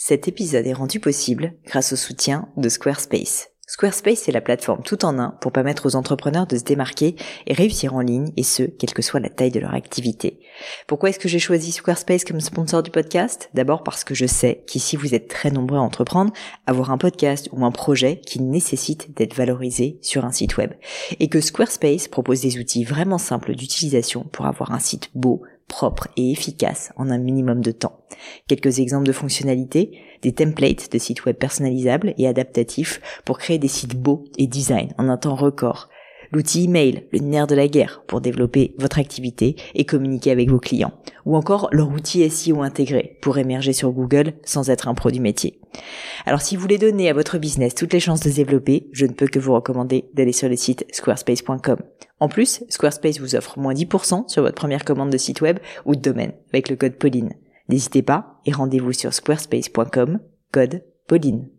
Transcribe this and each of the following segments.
Cet épisode est rendu possible grâce au soutien de Squarespace. Squarespace est la plateforme tout en un pour permettre aux entrepreneurs de se démarquer et réussir en ligne, et ce, quelle que soit la taille de leur activité. Pourquoi est-ce que j'ai choisi Squarespace comme sponsor du podcast ? D'abord parce que je sais qu'ici vous êtes très nombreux à entreprendre, avoir un podcast ou un projet qui nécessite d'être valorisé sur un site web. Et que Squarespace propose des outils vraiment simples d'utilisation pour avoir un site beau, propre et efficace en un minimum de temps. Quelques exemples de fonctionnalités, des templates de sites web personnalisables et adaptatifs pour créer des sites beaux et design en un temps record. L'outil email, le nerf de la guerre pour développer votre activité et communiquer avec vos clients. Ou encore leur outil SEO intégré pour émerger sur Google sans être un pro du métier. Alors si vous voulez donner à votre business toutes les chances de se développer, je ne peux que vous recommander d'aller sur le site squarespace.com. En plus, Squarespace vous offre moins 10% sur votre première commande de site web ou de domaine avec le code Pauline. N'hésitez pas et rendez-vous sur squarespace.com, code Pauline.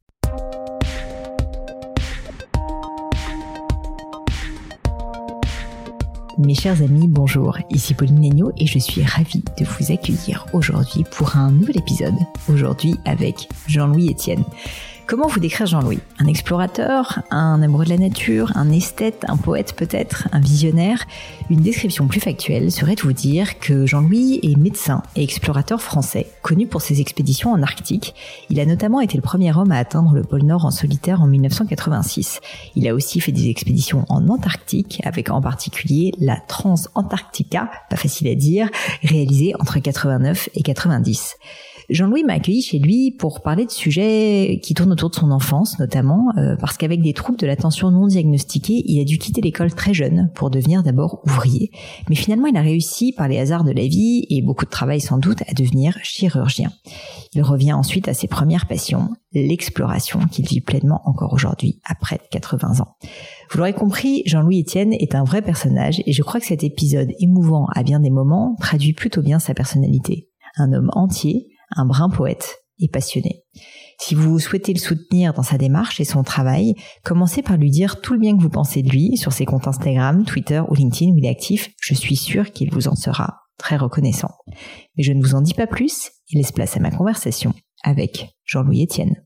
Mes chers amis, bonjour, ici Pauline Legnaud et je suis ravie de vous accueillir aujourd'hui pour un nouvel épisode, aujourd'hui avec Jean-Louis Etienne. Comment vous décrire Jean-Louis ? Un explorateur, un amoureux de la nature, un esthète, un poète peut-être, un visionnaire ? Une description plus factuelle serait de vous dire que Jean-Louis est médecin et explorateur français, connu pour ses expéditions en Arctique. Il a notamment été le premier homme à atteindre le pôle Nord en solitaire en 1986. Il a aussi fait des expéditions en Antarctique, avec en particulier la Trans-Antarctica, pas facile à dire, réalisée entre 89 et 90. Jean-Louis m'a accueilli chez lui pour parler de sujets qui tournent autour de son enfance, notamment parce qu'avec des troubles de l'attention non diagnostiqués, il a dû quitter l'école très jeune pour devenir d'abord ouvrier. Mais finalement, il a réussi par les hasards de la vie et beaucoup de travail sans doute à devenir chirurgien. Il revient ensuite à ses premières passions, l'exploration qu'il vit pleinement encore aujourd'hui, à près de 80 ans. Vous l'aurez compris, Jean-Louis Etienne est un vrai personnage et je crois que cet épisode émouvant à bien des moments traduit plutôt bien sa personnalité. Un homme entier, un brin poète et passionné. Si vous souhaitez le soutenir dans sa démarche et son travail, commencez par lui dire tout le bien que vous pensez de lui sur ses comptes Instagram, Twitter ou LinkedIn où il est actif. Je suis sûre qu'il vous en sera très reconnaissant. Mais je ne vous en dis pas plus et laisse place à ma conversation avec Jean-Louis Etienne.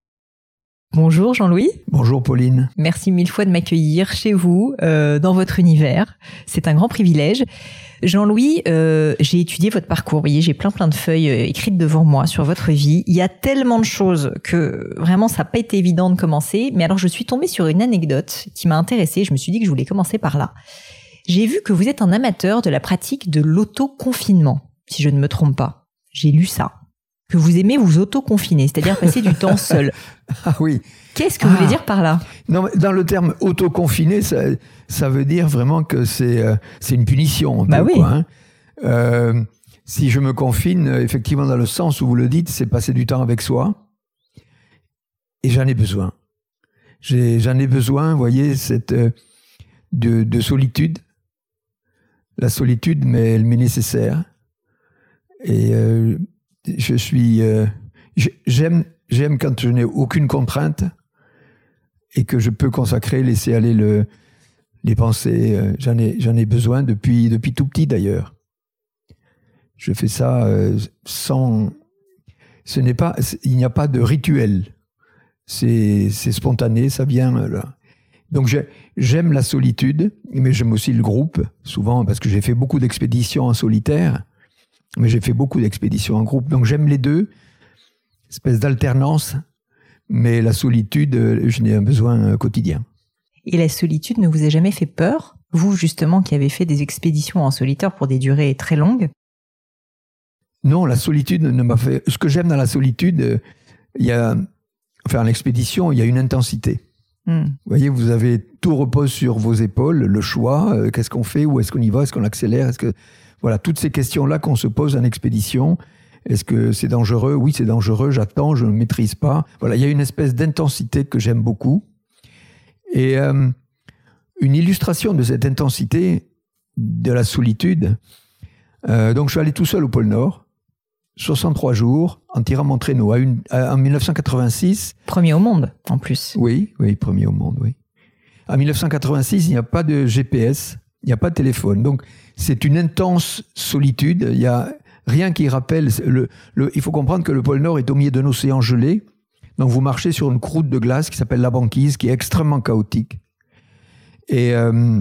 Bonjour Jean-Louis. Bonjour Pauline. Merci mille fois de m'accueillir chez vous, dans votre univers. C'est un grand privilège. Jean-Louis, j'ai étudié votre parcours. Vous voyez, j'ai plein de feuilles écrites devant moi sur votre vie. Il y a tellement de choses que vraiment ça n'a pas été évident de commencer. Mais alors je suis tombée sur une anecdote qui m'a intéressée. Je me suis dit que je voulais commencer par là. J'ai vu que vous êtes un amateur de la pratique de l'auto-confinement, si je ne me trompe pas. J'ai lu ça. Que vous aimez vous auto-confiner, c'est-à-dire passer du temps seul. Ah oui. Qu'est-ce que vous voulez dire par là ? Non, dans le terme auto-confiné, ça veut dire vraiment que c'est une punition. Bah oui. Quoi, hein. Si je me confine, effectivement, dans le sens où vous le dites, c'est passer du temps avec soi. Et j'en ai besoin. J'en ai besoin, vous voyez, de solitude. La solitude, mais elle m'est nécessaire. Et j'aime quand je n'ai aucune contrainte et que je peux laisser aller les pensées. J'en ai besoin depuis tout petit d'ailleurs. Je fais ça sans... il n'y a pas de rituel. C'est spontané, ça vient là. Donc j'aime la solitude, mais j'aime aussi le groupe, souvent parce que j'ai fait beaucoup d'expéditions en solitaire. Mais j'ai fait beaucoup d'expéditions en groupe, donc j'aime les deux, espèce d'alternance, mais la solitude, je n'ai un besoin quotidien. Et la solitude ne vous a jamais fait peur ? Vous, justement, qui avez fait des expéditions en solitaire pour des durées très longues ? Non, la solitude ne m'a fait... Ce que j'aime dans la solitude, en expédition, il y a une intensité. Vous voyez, tout repose sur vos épaules, le choix, qu'est-ce qu'on fait, où est-ce qu'on y va, est-ce qu'on accélère, Voilà, toutes ces questions-là qu'on se pose en expédition. Est-ce que c'est dangereux ? Oui, c'est dangereux, j'attends, je ne maîtrise pas. Voilà, il y a une espèce d'intensité que j'aime beaucoup. Et une illustration de cette intensité de la solitude. Donc, je suis allé tout seul au pôle Nord, 63 jours, en tirant mon traîneau en 1986. Premier au monde, en plus. Oui, premier au monde, oui. En 1986, il n'y a pas de GPS, il n'y a pas de téléphone. Donc, c'est une intense solitude. Il y a rien qui rappelle... il faut comprendre que le pôle Nord est au milieu d'un océan gelé. Donc vous marchez sur une croûte de glace qui s'appelle la banquise, qui est extrêmement chaotique. Et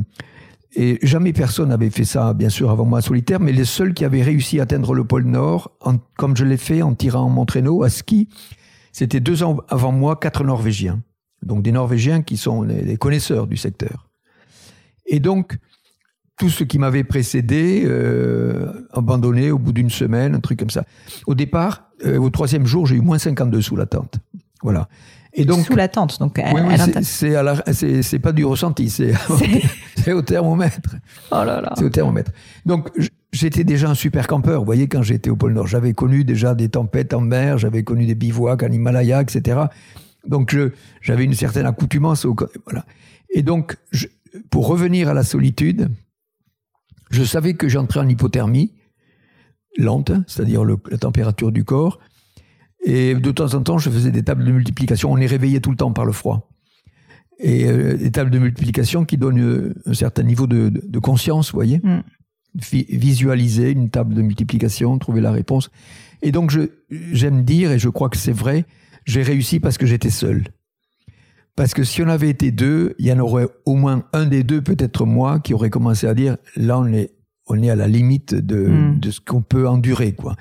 jamais personne n'avait fait ça, bien sûr, avant moi solitaire, mais les seuls qui avaient réussi à atteindre le pôle Nord, comme je l'ai fait en tirant mon traîneau à ski, c'était 2 ans avant moi, 4 Norvégiens. Donc des Norvégiens qui sont les connaisseurs du secteur. Et donc, tout ce qui m'avait précédé, abandonné au bout d'une semaine, un truc comme ça. Au départ, au 3e jour, j'ai eu moins 52 sous la tente. Voilà. Et donc, sous la tente, donc c'est pas du ressenti, c'est au thermomètre. Oh là là. C'est au thermomètre. Donc, j'étais déjà un super campeur. Vous voyez, quand j'étais au pôle Nord, j'avais connu déjà des tempêtes en mer, j'avais connu des bivouacs en Himalaya, etc. Donc, j'avais une certaine accoutumance. Voilà. Et donc, pour revenir à la solitude, je savais que j'entrais en hypothermie lente, c'est-à-dire la température du corps. Et de temps en temps, je faisais des tables de multiplication. On est réveillé tout le temps par le froid. Et des tables de multiplication qui donnent un certain niveau de conscience, vous voyez. Visualiser une table de multiplication, trouver la réponse. Et donc, j'aime dire, et je crois que c'est vrai, j'ai réussi parce que j'étais seul. Parce que si on avait été 2, il y en aurait au moins un des 2, peut-être moi, qui aurait commencé à dire, là, on est à la limite de ce qu'on peut endurer, quoi.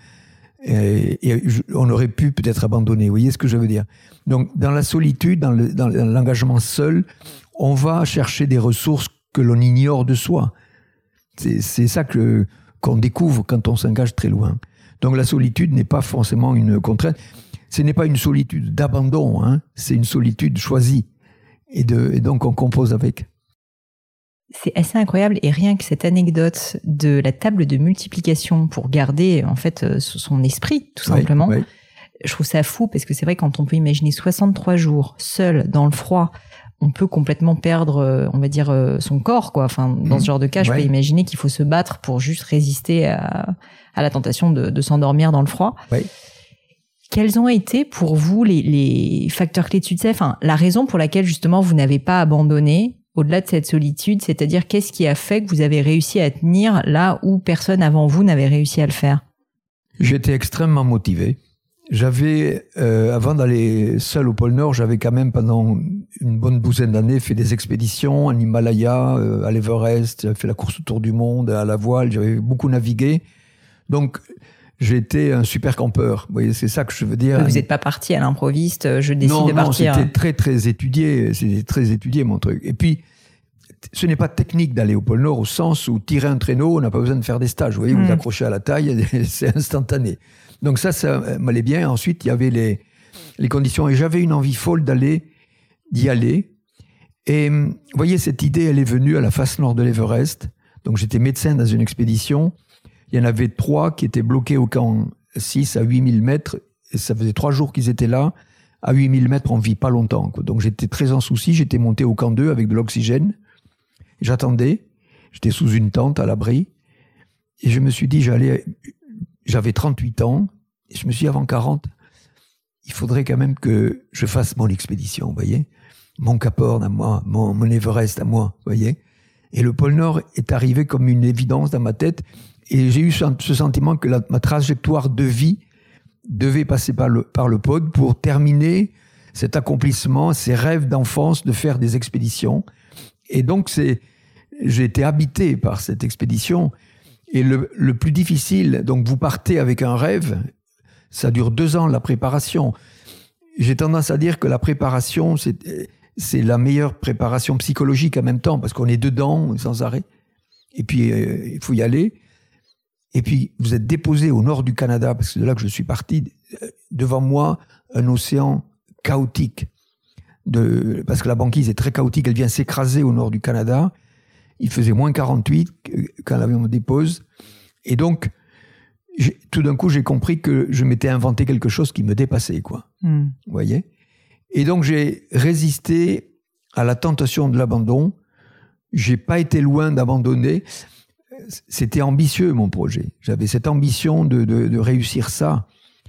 Et on aurait pu peut-être abandonner. Vous voyez ce que je veux dire? Donc, dans la solitude, dans l'engagement seul, on va chercher des ressources que l'on ignore de soi. C'est ça qu'on découvre quand on s'engage très loin. Donc, la solitude n'est pas forcément une contrainte. Ce n'est pas une solitude d'abandon, hein, c'est une solitude choisie. Et donc, on compose avec. C'est assez incroyable, et rien que cette anecdote de la table de multiplication pour garder en fait son esprit, tout simplement, oui. Je trouve ça fou, parce que c'est vrai, quand on peut imaginer 63 jours seul dans le froid, on peut complètement perdre, on va dire, son corps, quoi. Enfin, dans ce genre de cas, je peux imaginer qu'il faut se battre pour juste résister à la tentation de s'endormir dans le froid. Oui. Quels ont été pour vous les facteurs clés de succès, enfin, la raison pour laquelle justement vous n'avez pas abandonné au-delà de cette solitude, c'est-à-dire qu'est-ce qui a fait que vous avez réussi à tenir là où personne avant vous n'avait réussi à le faire? J'étais extrêmement motivé. J'avais, avant d'aller seul au pôle Nord, j'avais quand même pendant une bonne douzaine d'années fait des expéditions en Himalaya, à l'Everest, j'avais fait la course autour du monde, à la voile, j'avais beaucoup navigué. Donc, j'étais un super campeur. Vous voyez, c'est ça que je veux dire. Vous n'êtes pas parti à l'improviste, je décide de partir. Non, c'était très, très étudié. C'était très étudié, mon truc. Et puis, ce n'est pas technique d'aller au pôle Nord au sens où tirer un traîneau, on n'a pas besoin de faire des stages. Vous voyez, vous accrochez à la taille, c'est instantané. Donc ça m'allait bien. Ensuite, il y avait les conditions. Et j'avais une envie folle d'y aller. Et vous voyez, cette idée, elle est venue à la face nord de l'Everest. Donc j'étais médecin dans une expédition. Il y en avait 3 qui étaient bloqués au camp 6 à 8000 mètres. Et ça faisait 3 jours qu'ils étaient là. À 8000 mètres, on ne vit pas longtemps, quoi. Donc j'étais très en souci. J'étais monté au camp 2 avec de l'oxygène. J'attendais. J'étais sous une tente à l'abri. Et je me suis dit, j'avais 38 ans. Et je me suis dit, avant 40, il faudrait quand même que je fasse mon expédition, vous voyez. Mon Cap Horn à moi, mon Everest à moi, vous voyez. Et le pôle Nord est arrivé comme une évidence dans ma tête. Et j'ai eu ce sentiment que ma trajectoire de vie devait passer par le pod pour terminer cet accomplissement, ces rêves d'enfance de faire des expéditions. Et donc, j'ai été habité par cette expédition. Et le plus difficile, donc vous partez avec un rêve, ça dure 2 ans la préparation. J'ai tendance à dire que la préparation, c'est la meilleure préparation psychologique en même temps, parce qu'on est dedans sans arrêt. Et puis, il faut y aller. Et puis, vous êtes déposé au nord du Canada, parce que c'est de là que je suis parti. Devant moi, un océan chaotique. Parce que la banquise est très chaotique, elle vient s'écraser au nord du Canada. Il faisait moins 48 quand l'avion me dépose. Et donc, tout d'un coup, j'ai compris que je m'étais inventé quelque chose qui me dépassait, quoi. Vous voyez ? Et donc, j'ai résisté à la tentation de l'abandon. J'ai pas été loin d'abandonner. C'était ambitieux, mon projet. J'avais cette ambition de réussir ça.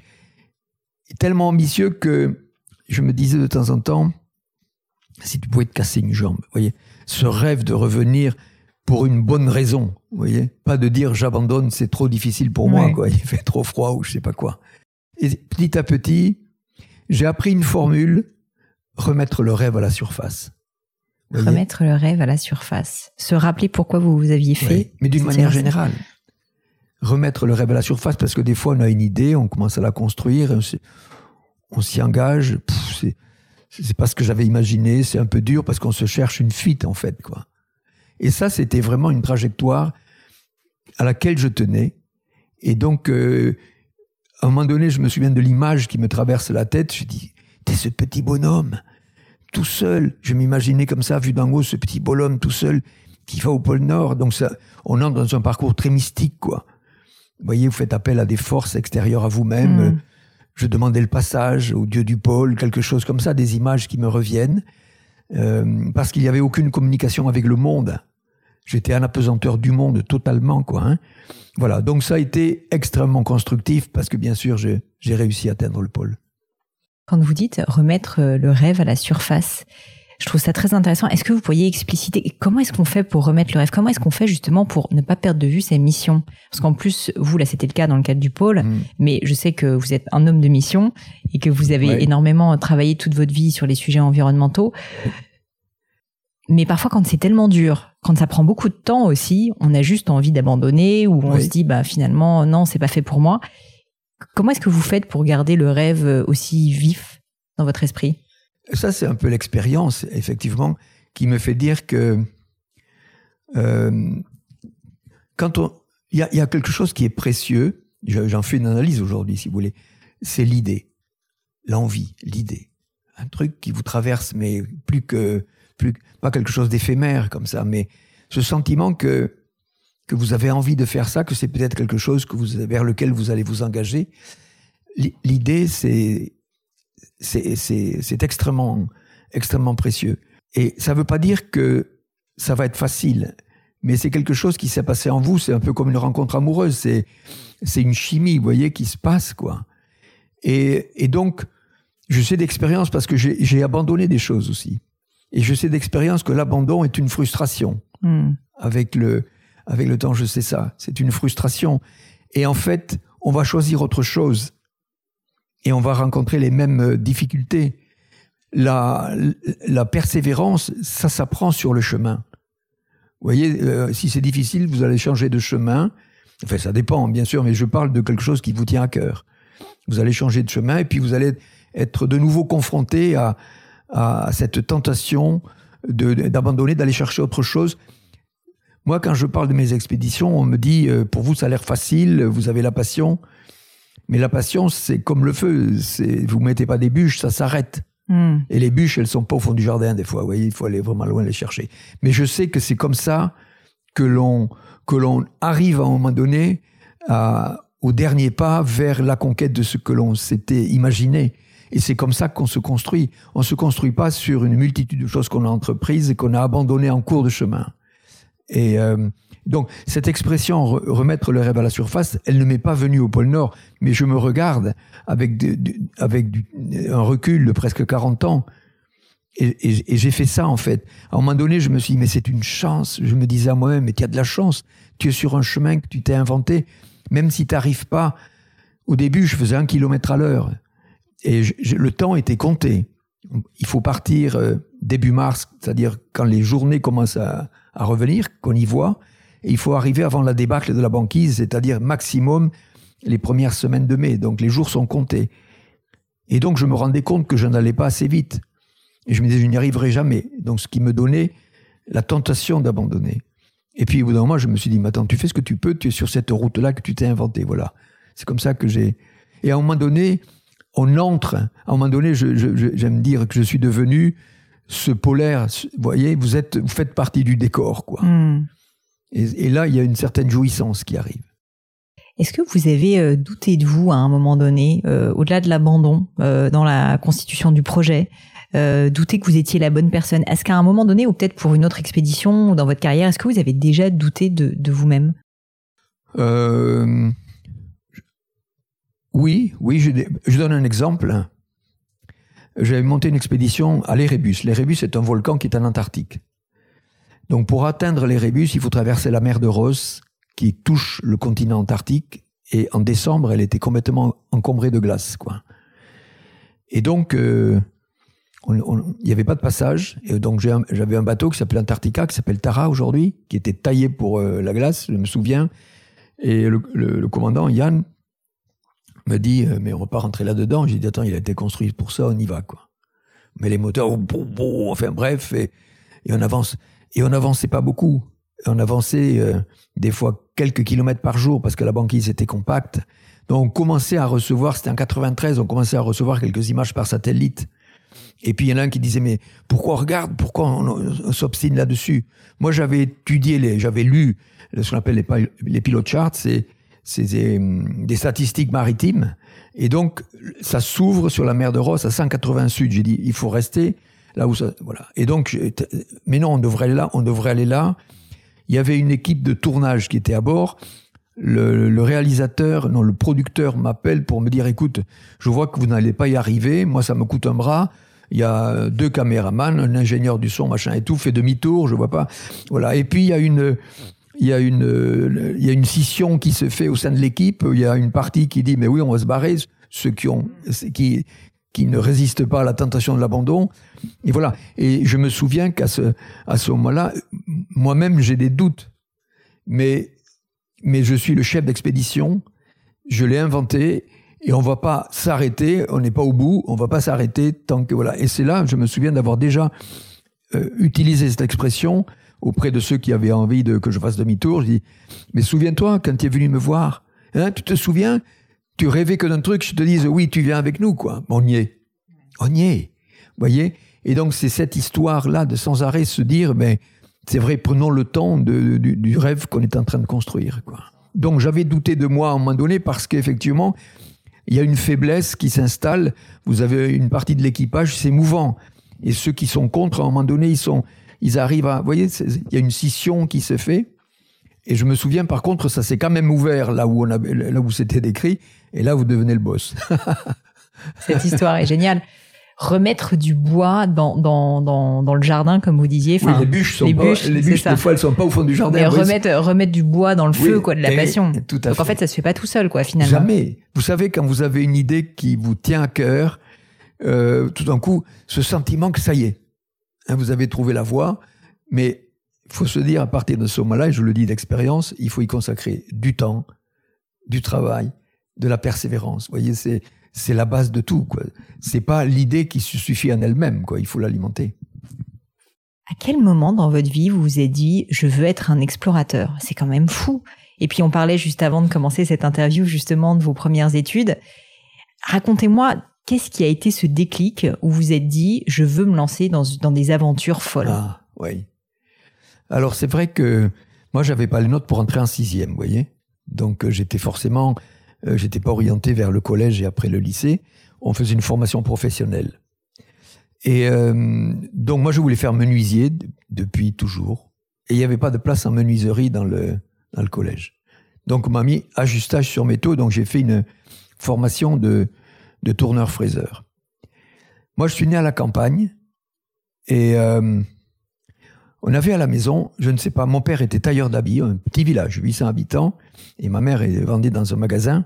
Tellement ambitieux que je me disais de temps en temps, si tu pouvais te casser une jambe, vous voyez, ce rêve de revenir pour une bonne raison, vous voyez. Pas de dire j'abandonne, c'est trop difficile pour moi, quoi. Il fait trop froid ou je sais pas quoi. Et petit à petit, j'ai appris une formule, remettre le rêve à la surface. Remettre le rêve à la surface. Se rappeler pourquoi vous aviez fait. Oui, mais d'une manière générale. Remettre le rêve à la surface, parce que des fois, on a une idée, on commence à la construire, on s'y engage. C'est pas ce que j'avais imaginé, c'est un peu dur parce qu'on se cherche une fuite, en fait, quoi. Et ça, c'était vraiment une trajectoire à laquelle je tenais. Et donc, à un moment donné, je me souviens de l'image qui me traverse la tête. Je dis, t'es ce petit bonhomme, tout seul. Je m'imaginais comme ça, vu d'en haut, ce petit bonhomme tout seul qui va au pôle Nord. Donc, ça, on entre dans un parcours très mystique, quoi. Vous voyez, vous faites appel à des forces extérieures à vous-même. Je demandais le passage au dieu du pôle, quelque chose comme ça, des images qui me reviennent. Parce qu'il n'y avait aucune communication avec le monde. J'étais un apesanteur du monde totalement, quoi. Hein. Voilà, donc ça a été extrêmement constructif parce que bien sûr, j'ai réussi à atteindre le pôle. Quand vous dites remettre le rêve à la surface, je trouve ça très intéressant. Est-ce que vous pourriez expliciter comment est-ce qu'on fait pour remettre le rêve? Comment est-ce qu'on fait justement pour ne pas perdre de vue ses missions? Parce qu'en plus, vous, là, c'était le cas dans le cadre du pôle, mais je sais que vous êtes un homme de mission et que vous avez énormément travaillé toute votre vie sur les sujets environnementaux. Mais parfois, quand c'est tellement dur, quand ça prend beaucoup de temps aussi, on a juste envie d'abandonner ou on se dit, bah, finalement, non, c'est pas fait pour moi. Comment est-ce que vous faites pour garder le rêve aussi vif dans votre esprit? Ça, c'est un peu l'expérience, effectivement, qui me fait dire que quand il y a quelque chose qui est précieux, j'en fais une analyse aujourd'hui, si vous voulez, c'est l'idée, l'envie, l'idée. Un truc qui vous traverse, mais pas quelque chose d'éphémère comme ça, mais ce sentiment que vous avez envie de faire ça, que c'est peut-être quelque chose vers lequel vous allez vous engager. L'idée, c'est extrêmement, extrêmement précieux. Et ça ne veut pas dire que ça va être facile, mais c'est quelque chose qui s'est passé en vous. C'est un peu comme une rencontre amoureuse. C'est une chimie, vous voyez, qui se passe, quoi. Et donc, je sais d'expérience parce que j'ai abandonné des choses aussi. Et je sais d'expérience que l'abandon est une frustration. Avec le temps, je sais ça. C'est une frustration. Et en fait, on va choisir autre chose. Et on va rencontrer les mêmes difficultés. La persévérance, ça s'apprend sur le chemin. Vous voyez, si c'est difficile, vous allez changer de chemin. Enfin, ça dépend, bien sûr, mais je parle de quelque chose qui vous tient à cœur. Vous allez changer de chemin et puis vous allez être de nouveau confronté à cette tentation d'abandonner, d'aller chercher autre chose. Moi, quand je parle de mes expéditions, on me dit, pour vous, ça a l'air facile, vous avez la passion. Mais la passion, c'est comme le feu. Vous mettez pas des bûches, ça s'arrête. Et les bûches, elles sont pas au fond du jardin, des fois. Vous voyez, il faut aller vraiment loin les chercher. Mais je sais que c'est comme ça que l'on arrive à un moment donné au dernier pas vers la conquête de ce que l'on s'était imaginé. Et c'est comme ça qu'on se construit. On se construit pas sur une multitude de choses qu'on a entreprises et qu'on a abandonnées en cours de chemin. Et donc, cette expression « remettre le rêve à la surface », elle ne m'est pas venue au pôle Nord, mais je me regarde avec un recul de presque 40 ans. Et j'ai fait ça, en fait. À un moment donné, je me suis dit, mais c'est une chance. Je me disais à moi-même, mais tu as de la chance. Tu es sur un chemin que tu t'es inventé. Même si tu n'arrives pas, au début, je faisais 1 km à l'heure. Et le temps était compté. Il faut partir début mars, c'est-à-dire quand les journées commencent à revenir, qu'on y voit. Et il faut arriver avant la débâcle de la banquise, c'est-à-dire maximum les premières semaines de mai. Donc les jours sont comptés. Et donc je me rendais compte que je n'allais pas assez vite. Et je me disais, je n'y arriverai jamais. Donc ce qui me donnait la tentation d'abandonner. Et puis au bout d'un moment, je me suis dit, mais attends, tu fais ce que tu peux, tu es sur cette route-là que tu t'es inventée. Voilà. C'est comme ça que j'ai... Et à un moment donné, on entre. À un moment donné, j'aime dire que je suis devenu ce polaire. Vous voyez, vous faites partie du décor, quoi. Et là, il y a une certaine jouissance qui arrive. Est-ce que vous avez douté de vous à un moment donné, au-delà de l'abandon, dans la constitution du projet, douté que vous étiez la bonne personne? Est-ce qu'à un moment donné, ou peut-être pour une autre expédition ou dans votre carrière, est-ce que vous avez déjà douté de vous-même? Oui, je donne un exemple. J'avais monté une expédition à l'Érébus. L'Érébus est un volcan qui est en Antarctique. Donc pour atteindre l'Erebus, il faut traverser la mer de Ross qui touche le continent antarctique. Et en décembre, elle était complètement encombrée de glace, quoi. Et donc, il n'y avait pas de passage. Et donc, j'avais un bateau qui s'appelait Antarctica, qui s'appelle Tara aujourd'hui, qui était taillé pour la glace, je me souviens. Et le commandant, Yann, me dit, mais on ne va pas rentrer là-dedans. J'ai dit, attends, il a été construit pour ça, on y va, quoi. Mais les moteurs, enfin bref, et on avance. Et on n'avançait pas beaucoup. On avançait des fois quelques kilomètres par jour parce que la banquise était compacte. Donc on commençait à recevoir, c'était en 93, on commençait à recevoir quelques images par satellite. Et puis il y en a un qui disait, mais pourquoi on s'obstine là-dessus? Moi j'avais étudié, j'avais lu ce qu'on appelle les pilot charts, c'est des statistiques maritimes. Et donc ça s'ouvre sur la mer de Ross à 180 sud. J'ai dit, il faut rester là où ça... Voilà. Et donc, mais non, on devrait aller là. Il y avait une équipe de tournage qui était à bord. Le producteur m'appelle pour me dire, écoute, je vois que vous n'allez pas y arriver. Moi, ça me coûte un bras. Il y a 2 caméramans, un ingénieur du son, machin et tout, fait demi-tour, je vois pas. Voilà. Et puis, il y a une scission qui se fait au sein de l'équipe. Il y a une partie qui dit, mais oui, on va se barrer. Ceux qui ne résistent pas à la tentation de l'abandon. Et voilà. Et je me souviens qu'à ce moment-là, moi-même, j'ai des doutes. Mais je suis le chef d'expédition. Je l'ai inventé. Et on ne va pas s'arrêter. On n'est pas au bout. On ne va pas s'arrêter tant que... Voilà. Et c'est là, je me souviens d'avoir déjà utilisé cette expression auprès de ceux qui avaient envie que je fasse demi-tour. Je dis, mais souviens-toi, quand tu es venu me voir, hein, tu te souviens, tu rêvais que d'un truc, je te dise, oui, tu viens avec nous, quoi. On y est. Vous voyez? Et donc, c'est cette histoire-là de sans arrêt se dire, ben, c'est vrai, prenons le temps du rêve qu'on est en train de construire, quoi. Donc, j'avais douté de moi à un moment donné parce qu'effectivement, il y a une faiblesse qui s'installe. Vous avez une partie de l'équipage, c'est mouvant. Et ceux qui sont contre, à un moment donné, ils arrivent à... Vous voyez, il y a une scission qui se fait. Et je me souviens, par contre, ça s'est quand même ouvert là où c'était décrit. Et là, vous devenez le boss. Cette histoire est géniale. Remettre du bois dans le jardin, comme vous disiez. Oui, les bûches, des fois, elles sont pas au fond du jardin. Mais remettre du bois dans le feu, quoi, de la passion. Tout à fait. Donc en fait, ça se fait pas tout seul, quoi, finalement. Jamais. Vous savez, quand vous avez une idée qui vous tient à cœur, tout d'un coup, ce sentiment que ça y est, hein, vous avez trouvé la voie, mais il faut se dire, à partir de ce moment-là, et je le dis d'expérience, il faut y consacrer du temps, du travail, de la persévérance. Vous voyez, c'est la base de tout, quoi. C'est pas l'idée qui se suffit en elle-même, quoi. Il faut l'alimenter. À quel moment dans votre vie vous vous êtes dit « je veux être un explorateur » C'est quand même fou. Et puis on parlait juste avant de commencer cette interview justement de vos premières études. Racontez-moi, qu'est-ce qui a été ce déclic où vous vous êtes dit « je veux me lancer dans des aventures folles ». Ah, oui. Alors c'est vrai que moi j'avais pas les notes pour entrer en 6e, vous voyez. Donc j'étais forcément... j'étais pas orienté vers le collège et après le lycée. On faisait une formation professionnelle. Et donc moi je voulais faire menuisier depuis toujours. Et il n'y avait pas de place en menuiserie dans le collège. Donc on m'a mis ajustage sur métaux. Donc j'ai fait une formation de tourneur-fraiseur. Moi je suis né à la campagne. Et on avait à la maison, je ne sais pas, mon père était tailleur d'habits, un petit village, 800 habitants, et ma mère vendait dans un magasin.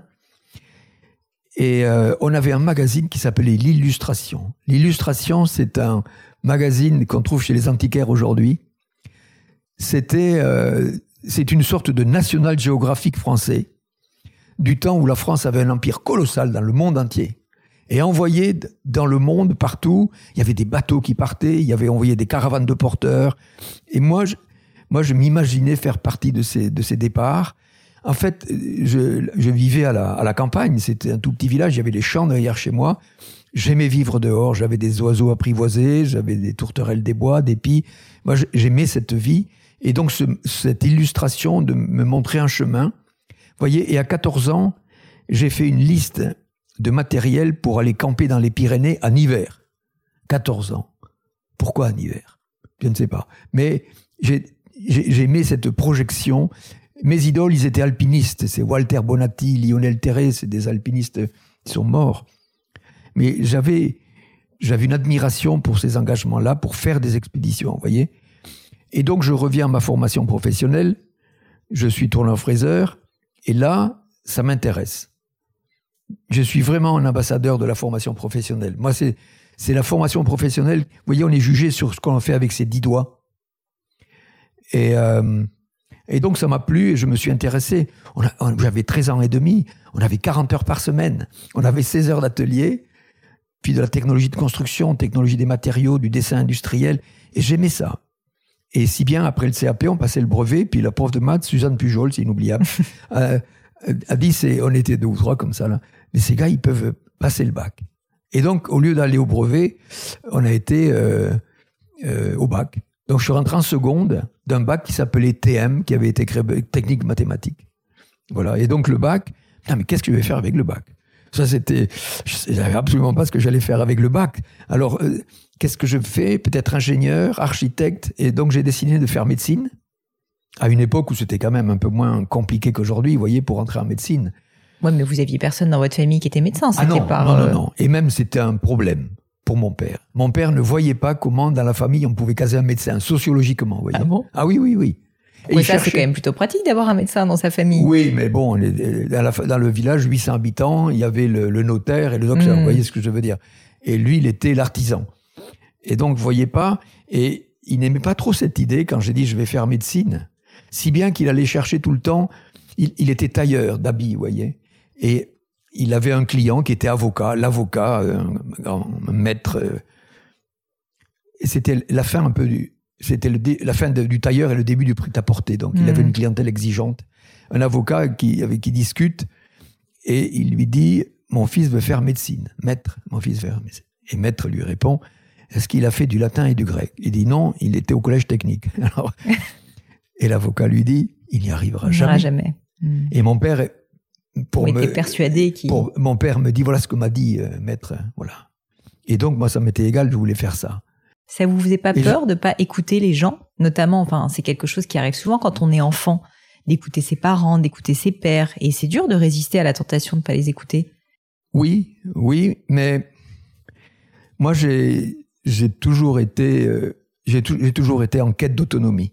Et on avait un magazine qui s'appelait l'Illustration. L'Illustration, c'est un magazine qu'on trouve chez les antiquaires aujourd'hui. C'est une sorte de National Geographic français, du temps où la France avait un empire colossal dans le monde entier. Et envoyé dans le monde, partout, il y avait des bateaux qui partaient, il y avait envoyé des caravanes de porteurs. Et moi, je m'imaginais faire partie de ces départs. En fait, je vivais à la campagne, c'était un tout petit village, il y avait des champs derrière chez moi. J'aimais vivre dehors, j'avais des oiseaux apprivoisés, j'avais des tourterelles des bois, des pies. Moi, j'aimais cette vie. Et donc, cette illustration de me montrer un chemin. Vous voyez, et à 14 ans, j'ai fait une liste de matériel pour aller camper dans les Pyrénées en hiver. 14 ans. Pourquoi en hiver? Je ne sais pas. Mais j'aimais cette projection. Mes idoles, ils étaient alpinistes. C'est Walter Bonatti, Lionel Terré, c'est des alpinistes qui sont morts. Mais j'avais une admiration pour ces engagements-là, pour faire des expéditions, vous voyez. Et donc, je reviens à ma formation professionnelle. Je suis tourneur-fraiseur. Et là, ça m'intéresse. Je suis vraiment un ambassadeur de la formation professionnelle. Moi, c'est la formation professionnelle. Vous voyez, on est jugé sur ce qu'on fait avec ses 10 doigts. Et donc, ça m'a plu et je me suis intéressé. J'avais 13 ans et demi. On avait 40 heures par semaine. On avait 16 heures d'atelier. Puis de la technologie de construction, technologie des matériaux, du dessin industriel. Et j'aimais ça. Et si bien, après le CAP, on passait le brevet. Puis la prof de maths, Suzanne Pujol, c'est inoubliable, a dit, on était 2 ou 3 comme ça, là. Mais ces gars, ils peuvent passer le bac. Et donc, au lieu d'aller au brevet, on a été au bac. Donc, je suis rentré en seconde d'un bac qui s'appelait TM, qui avait été créé technique mathématique. Voilà. Et donc, le bac, mais qu'est-ce que je vais faire avec le bac? Ça, je ne savais absolument pas ce que j'allais faire avec le bac. Alors, qu'est-ce que je fais? Peut-être ingénieur, architecte. Et donc, j'ai décidé de faire médecine. À une époque où c'était quand même un peu moins compliqué qu'aujourd'hui, vous voyez, pour entrer en médecine. Oui, mais vous aviez personne dans votre famille qui était médecin. Non. Et même, c'était un problème pour mon père. Mon père ne voyait pas comment, dans la famille, on pouvait caser un médecin, sociologiquement, vous voyez. Ah bon? Ah oui. Et ça, c'est quand même plutôt pratique d'avoir un médecin dans sa famille. Oui, mais bon, dans le village, 800 habitants, il y avait le notaire et le docteur, vous voyez ce que je veux dire. Et lui, il était l'artisan. Et donc, vous voyez pas, et il n'aimait pas trop cette idée quand j'ai dit je vais faire médecine. Si bien qu'il allait chercher tout le temps, il était tailleur d'habits, vous voyez. Et il avait un client qui était avocat, l'avocat, un maître. Et c'était la fin un peu la fin du tailleur et le début du prêt-à-porter. Donc, il avait une clientèle exigeante. Un avocat avec qui discute et il lui dit « Mon fils veut faire médecine. Maître, mon fils veut faire médecine. » Et maître lui répond « Est-ce qu'il a fait du latin et du grec ?» Il dit « Non, il était au collège technique. » Alors, et l'avocat lui dit « Il n'y arrivera jamais. » Et mon père, était persuadé qu'il... Mon père me dit « Voilà ce que m'a dit maître. » Voilà. Et donc, moi, ça m'était égal, je voulais faire ça. Ça vous faisait pas peur de pas écouter les gens? Notamment, enfin, c'est quelque chose qui arrive souvent quand on est enfant, d'écouter ses parents, d'écouter ses pères. Et c'est dur de résister à la tentation de pas les écouter. Oui, mais moi, j'ai toujours été en quête d'autonomie.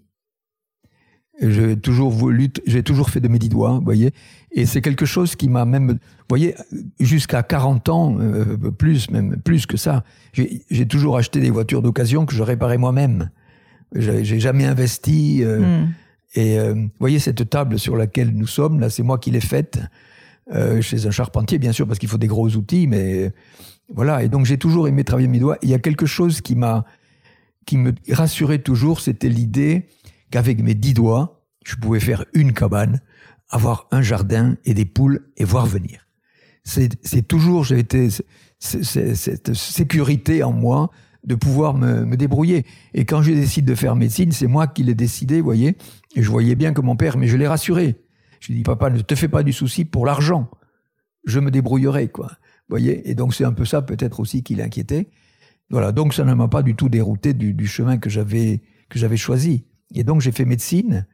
J'ai toujours fait de mes 10 doigts, vous voyez. Et c'est quelque chose qui m'a même, vous voyez, jusqu'à 40 ans, plus que ça, j'ai toujours acheté des voitures d'occasion que je réparais moi-même. J'ai jamais investi. Et vous voyez cette table sur laquelle nous sommes, là, c'est moi qui l'ai faite, chez un charpentier, bien sûr, parce qu'il faut des gros outils, mais voilà. Et donc, j'ai toujours aimé travailler mes doigts. Il y a quelque chose qui me rassurait toujours, c'était l'idée qu'avec mes 10 doigts, je pouvais faire une cabane, avoir un jardin et des poules et voir venir. C'est toujours, j'ai été cette sécurité en moi de pouvoir me débrouiller. Et quand je décide de faire médecine, c'est moi qui l'ai décidé, vous voyez. Et je voyais bien que mon père, mais je l'ai rassuré. Je lui ai dit, papa, ne te fais pas du souci pour l'argent. Je me débrouillerai, quoi. Vous voyez. Et donc, c'est un peu ça, peut-être aussi, qui l'inquiétait. Voilà. Donc, ça ne m'a pas du tout dérouté du chemin que j'avais choisi. Et donc, j'ai fait médecine.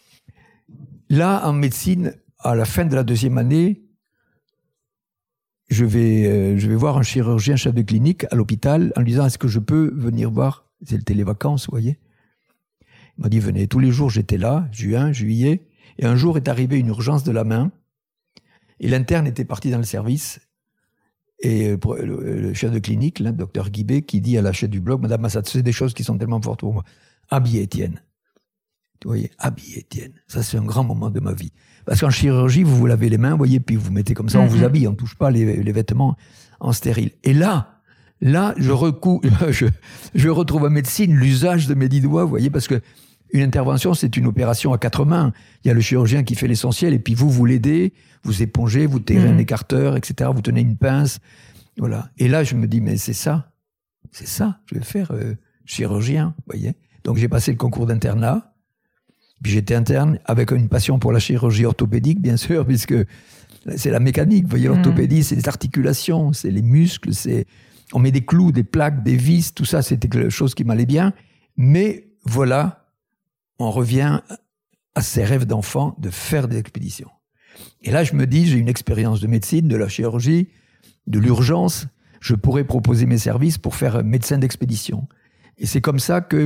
Là, en médecine, à la fin de la 2e année, je vais voir un chirurgien chef de clinique à l'hôpital en lui disant, est-ce que je peux venir voir? C'était les vacances, vous voyez. Il m'a dit, venez. Tous les jours, j'étais là, juin, juillet. Et un jour est arrivée une urgence de la main. Et l'interne était parti dans le service. Et le chef de clinique, le docteur Guibé, qui dit à la chef du bloc, Madame Massad, c'est des choses qui sont tellement fortes pour moi. Habillez Étienne. Vous voyez, habillez Étienne. Ça, c'est un grand moment de ma vie. Parce qu'en chirurgie, vous lavez les mains, vous voyez, puis vous mettez comme ça, on vous habille, on ne touche pas les vêtements en stérile. Et là, je retrouve en médecine l'usage de mes 10 doigts, vous voyez, parce que une intervention, c'est une opération à 4 mains. Il y a le chirurgien qui fait l'essentiel, et puis vous l'aidez, vous épongez, vous tirez un écarteur, etc., vous tenez une pince, voilà. Et là, je me dis, mais c'est ça, je vais faire chirurgien, vous voyez. Donc, j'ai passé le concours d'internat. Puis j'étais interne avec une passion pour la chirurgie orthopédique, bien sûr, puisque c'est la mécanique. Vous voyez, l'orthopédie, c'est les articulations, c'est les muscles, on met des clous, des plaques, des vis, tout ça, c'était quelque chose qui m'allait bien. Mais voilà, on revient à ces rêves d'enfant de faire des expéditions. Et là, je me dis, j'ai une expérience de médecine, de la chirurgie, de l'urgence. Je pourrais proposer mes services pour faire médecin d'expédition. Et c'est comme ça que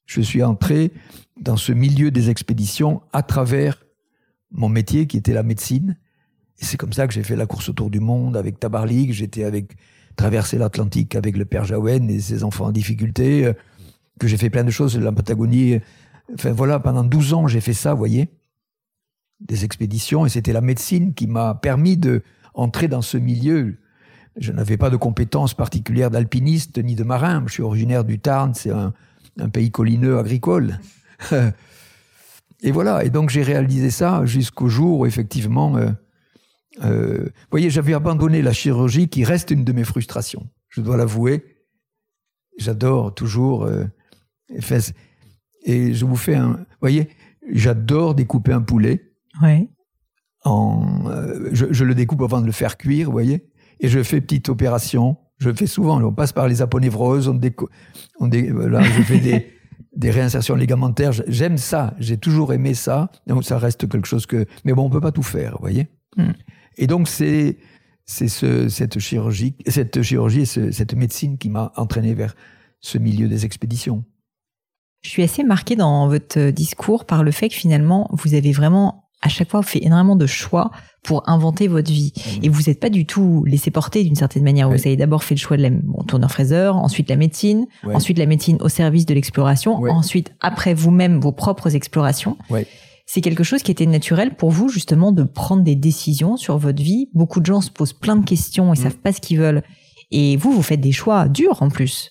je suis entré dans ce milieu des expéditions à travers mon métier qui était la médecine. Et c'est comme ça que j'ai fait la course autour du monde avec Tabarly, que traversé l'Atlantique avec le père Jaouen et ses enfants en difficulté, que j'ai fait plein de choses, la Patagonie. Enfin voilà, pendant 12 ans, j'ai fait ça, vous voyez, des expéditions. Et c'était la médecine qui m'a permis d'entrer dans ce milieu. Je n'avais pas de compétences particulières d'alpiniste ni de marin. Je suis originaire du Tarn, c'est un pays collineux agricole. Et voilà, et donc j'ai réalisé ça jusqu'au jour où effectivement... vous voyez, j'avais abandonné la chirurgie qui reste une de mes frustrations. Je dois l'avouer. J'adore toujours... et je vous fais vous voyez, j'adore découper un poulet. Ouais. Je le découpe avant de le faire cuire, vous voyez. Et je fais petite opération. Je le fais souvent. On passe par les aponévroses. Je fais des réinsertions ligamentaires. J'aime ça. J'ai toujours aimé ça. Donc ça reste quelque chose que... Mais bon, on ne peut pas tout faire, vous voyez. Et donc, c'est cette chirurgie et cette médecine qui m'a entraîné vers ce milieu des expéditions. Je suis assez marquée dans votre discours par le fait que finalement, vous avez vraiment, à chaque fois, fait énormément de choix pour inventer votre vie. Et vous n'êtes pas du tout laissé porter d'une certaine manière. Vous avez d'abord fait le choix de tourneur-fraiseur, ensuite la médecine, ensuite la médecine au service de l'exploration, ensuite, après vous-même, vos propres explorations. C'est quelque chose qui était naturel pour vous, justement, de prendre des décisions sur votre vie. Beaucoup de gens se posent plein de questions et savent pas ce qu'ils veulent. Et vous faites des choix durs, en plus.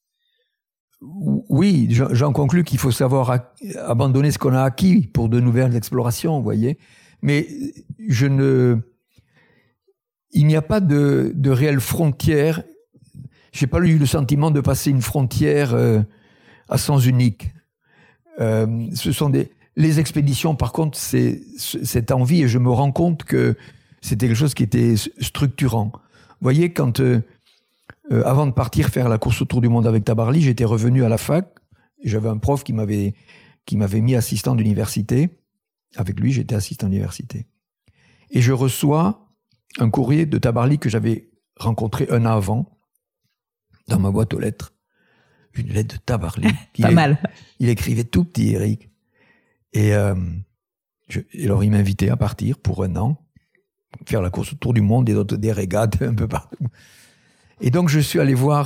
Oui, j'en conclus qu'il faut savoir abandonner ce qu'on a acquis pour de nouvelles explorations, vous voyez. Mais il n'y a pas de réelle frontière. J'ai pas eu le sentiment de passer une frontière à sens unique. Ce sont les expéditions, par contre, c'est cette envie, et je me rends compte que c'était quelque chose qui était structurant. Vous voyez, quand avant de partir faire la course autour du monde avec Tabarly, j'étais revenu à la fac, et j'avais un prof qui m'avait mis assistant d'université. Avec lui, j'étais assistant d'université. Et je reçois un courrier de Tabarly que j'avais rencontré un an avant, dans ma boîte aux lettres. Une lettre de Tabarly. Pas mal. Il écrivait tout petit, Eric. Et alors, il m'invitait à partir pour un an, faire la course autour du monde et des régates un peu partout. Et donc, je suis allé voir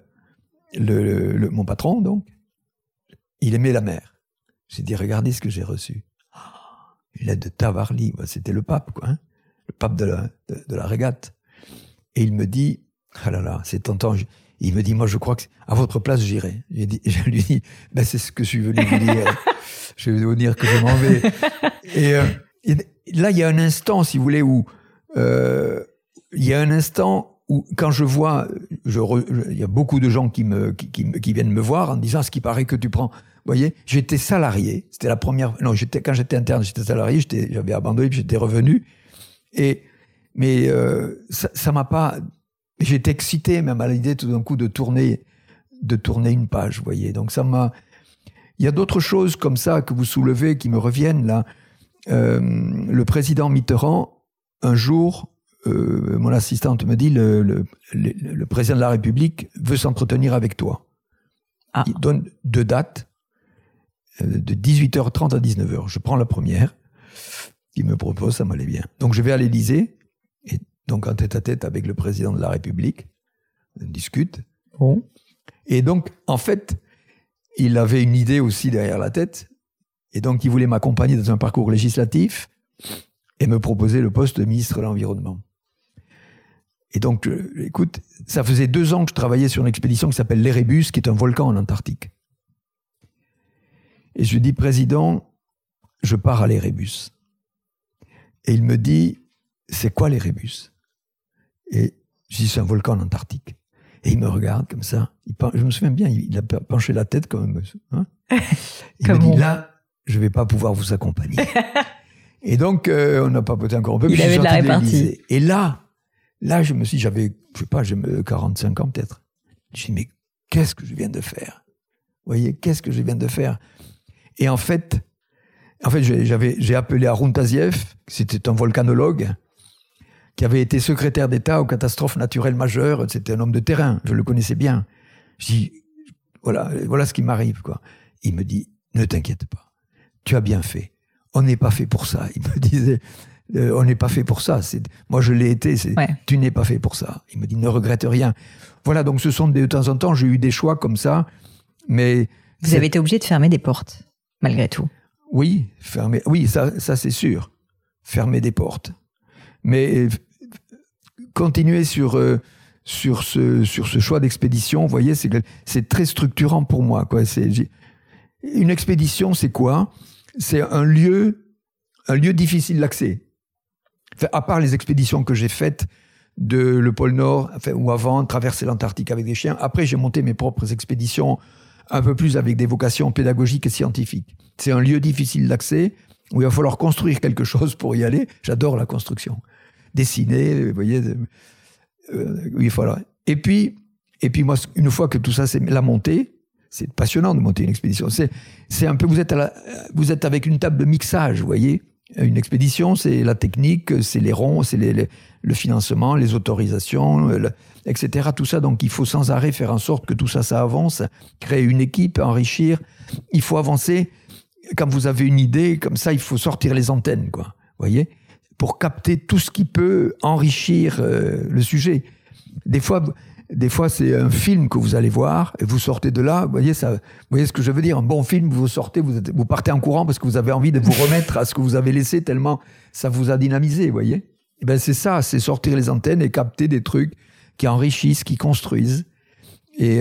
mon patron, donc. Il aimait la mer. J'ai dit, regardez ce que j'ai reçu. Une lettre de Tabarly. C'était le pape, quoi. Hein, le pape de la régate. Et il me dit, ah là là, c'est tentant. Il me dit, moi, je crois que à votre place, j'irai. Je lui dis, ben, c'est ce que je suis venu vous dire. Je vais vous dire que je m'en vais. Et là, il y a un instant, si vous voulez, où quand je vois, il y a beaucoup de gens qui viennent me voir en disant, ce qui paraît que tu prends. Vous voyez, j'étais salarié. C'était la première. Non, quand j'étais interne, j'étais salarié. J'avais abandonné, puis j'étais revenu. Mais ça m'a pas. J'étais excité même à l'idée tout d'un coup de tourner une page. Vous voyez, donc ça m'a. Il y a d'autres choses comme ça que vous soulevez qui me reviennent là. Le président Mitterrand, un jour, mon assistante me dit le président de la République veut s'entretenir avec toi. Ah. Il donne 2 dates, de 18h30 à 19h. Je prends la première. Il me propose, ça m'allait bien. Donc je vais à l'Élysée, et donc en tête-à-tête avec le président de la République, on discute. Bon. Et donc, en fait, il avait une idée aussi derrière la tête, et donc il voulait m'accompagner dans un parcours législatif et me proposer le poste de ministre de l'Environnement. Et donc, écoute, ça faisait 2 ans que je travaillais sur une expédition qui s'appelle l'Erebus, qui est un volcan en Antarctique. Et je lui dis, président, je pars à l'Erebus. Et il me dit, c'est quoi l'Erebus? Et je dis, c'est un volcan en Antarctique. Et il me regarde comme ça. Je me souviens bien, il a penché la tête comme... Hein, il me dit, là, je ne vais pas pouvoir vous accompagner. Et donc, on a papoté encore un peu. Il avait de la répartie. Et là, je me suis dit, j'avais, je sais pas, 45 ans peut-être. Je me suis dit, mais qu'est-ce que je viens de faire? Vous voyez, qu'est-ce que je viens de faire? Et en fait, j'ai appelé Arun Taziev, c'était un volcanologue, qui avait été secrétaire d'État aux catastrophes naturelles majeures. C'était un homme de terrain, je le connaissais bien. Je dis, voilà ce qui m'arrive, quoi. il me dit, ne t'inquiète pas, tu as bien fait. On n'est pas fait pour ça. Il me disait, on n'est pas fait pour ça. Moi, je l'ai été. Tu n'es pas fait pour ça. Il me dit, ne regrette rien. Voilà, donc ce sont de temps en temps, j'ai eu des choix comme ça. Mais vous avez été obligé de fermer des portes, malgré tout. Oui, ça c'est sûr. Fermer des portes. Mais continuer sur ce choix d'expédition, vous voyez, c'est très structurant pour moi, quoi. Une expédition, c'est quoi ? C'est un lieu difficile d'accès. Enfin, à part les expéditions que j'ai faites le pôle Nord, ou avant, traverser l'Antarctique avec des chiens. Après, j'ai monté mes propres expéditions, un peu plus avec des vocations pédagogiques et scientifiques. C'est un lieu difficile d'accès, où il va falloir construire quelque chose pour y aller. J'adore la construction. Dessiner, vous voyez. Oui, voilà. Et puis moi, une fois que tout ça, c'est la montée, c'est passionnant de monter une expédition. C'est un peu, vous êtes avec une table de mixage, vous voyez. Une expédition, c'est la technique, c'est les ronds, c'est le financement, les autorisations, etc. Tout ça, donc il faut sans arrêt faire en sorte que tout ça, ça avance, créer une équipe, enrichir. Il faut avancer. Quand vous avez une idée, comme ça, il faut sortir les antennes, quoi. Vous voyez, pour capter tout ce qui peut enrichir le sujet. Des fois, c'est un film que vous allez voir et vous sortez de là. Vous voyez ce que je veux dire ? Un bon film, vous sortez, vous partez en courant parce que vous avez envie de vous remettre à ce que vous avez laissé tellement ça vous a dynamisé, vous voyez ? Et ben c'est ça, c'est sortir les antennes et capter des trucs qui enrichissent, qui construisent. Et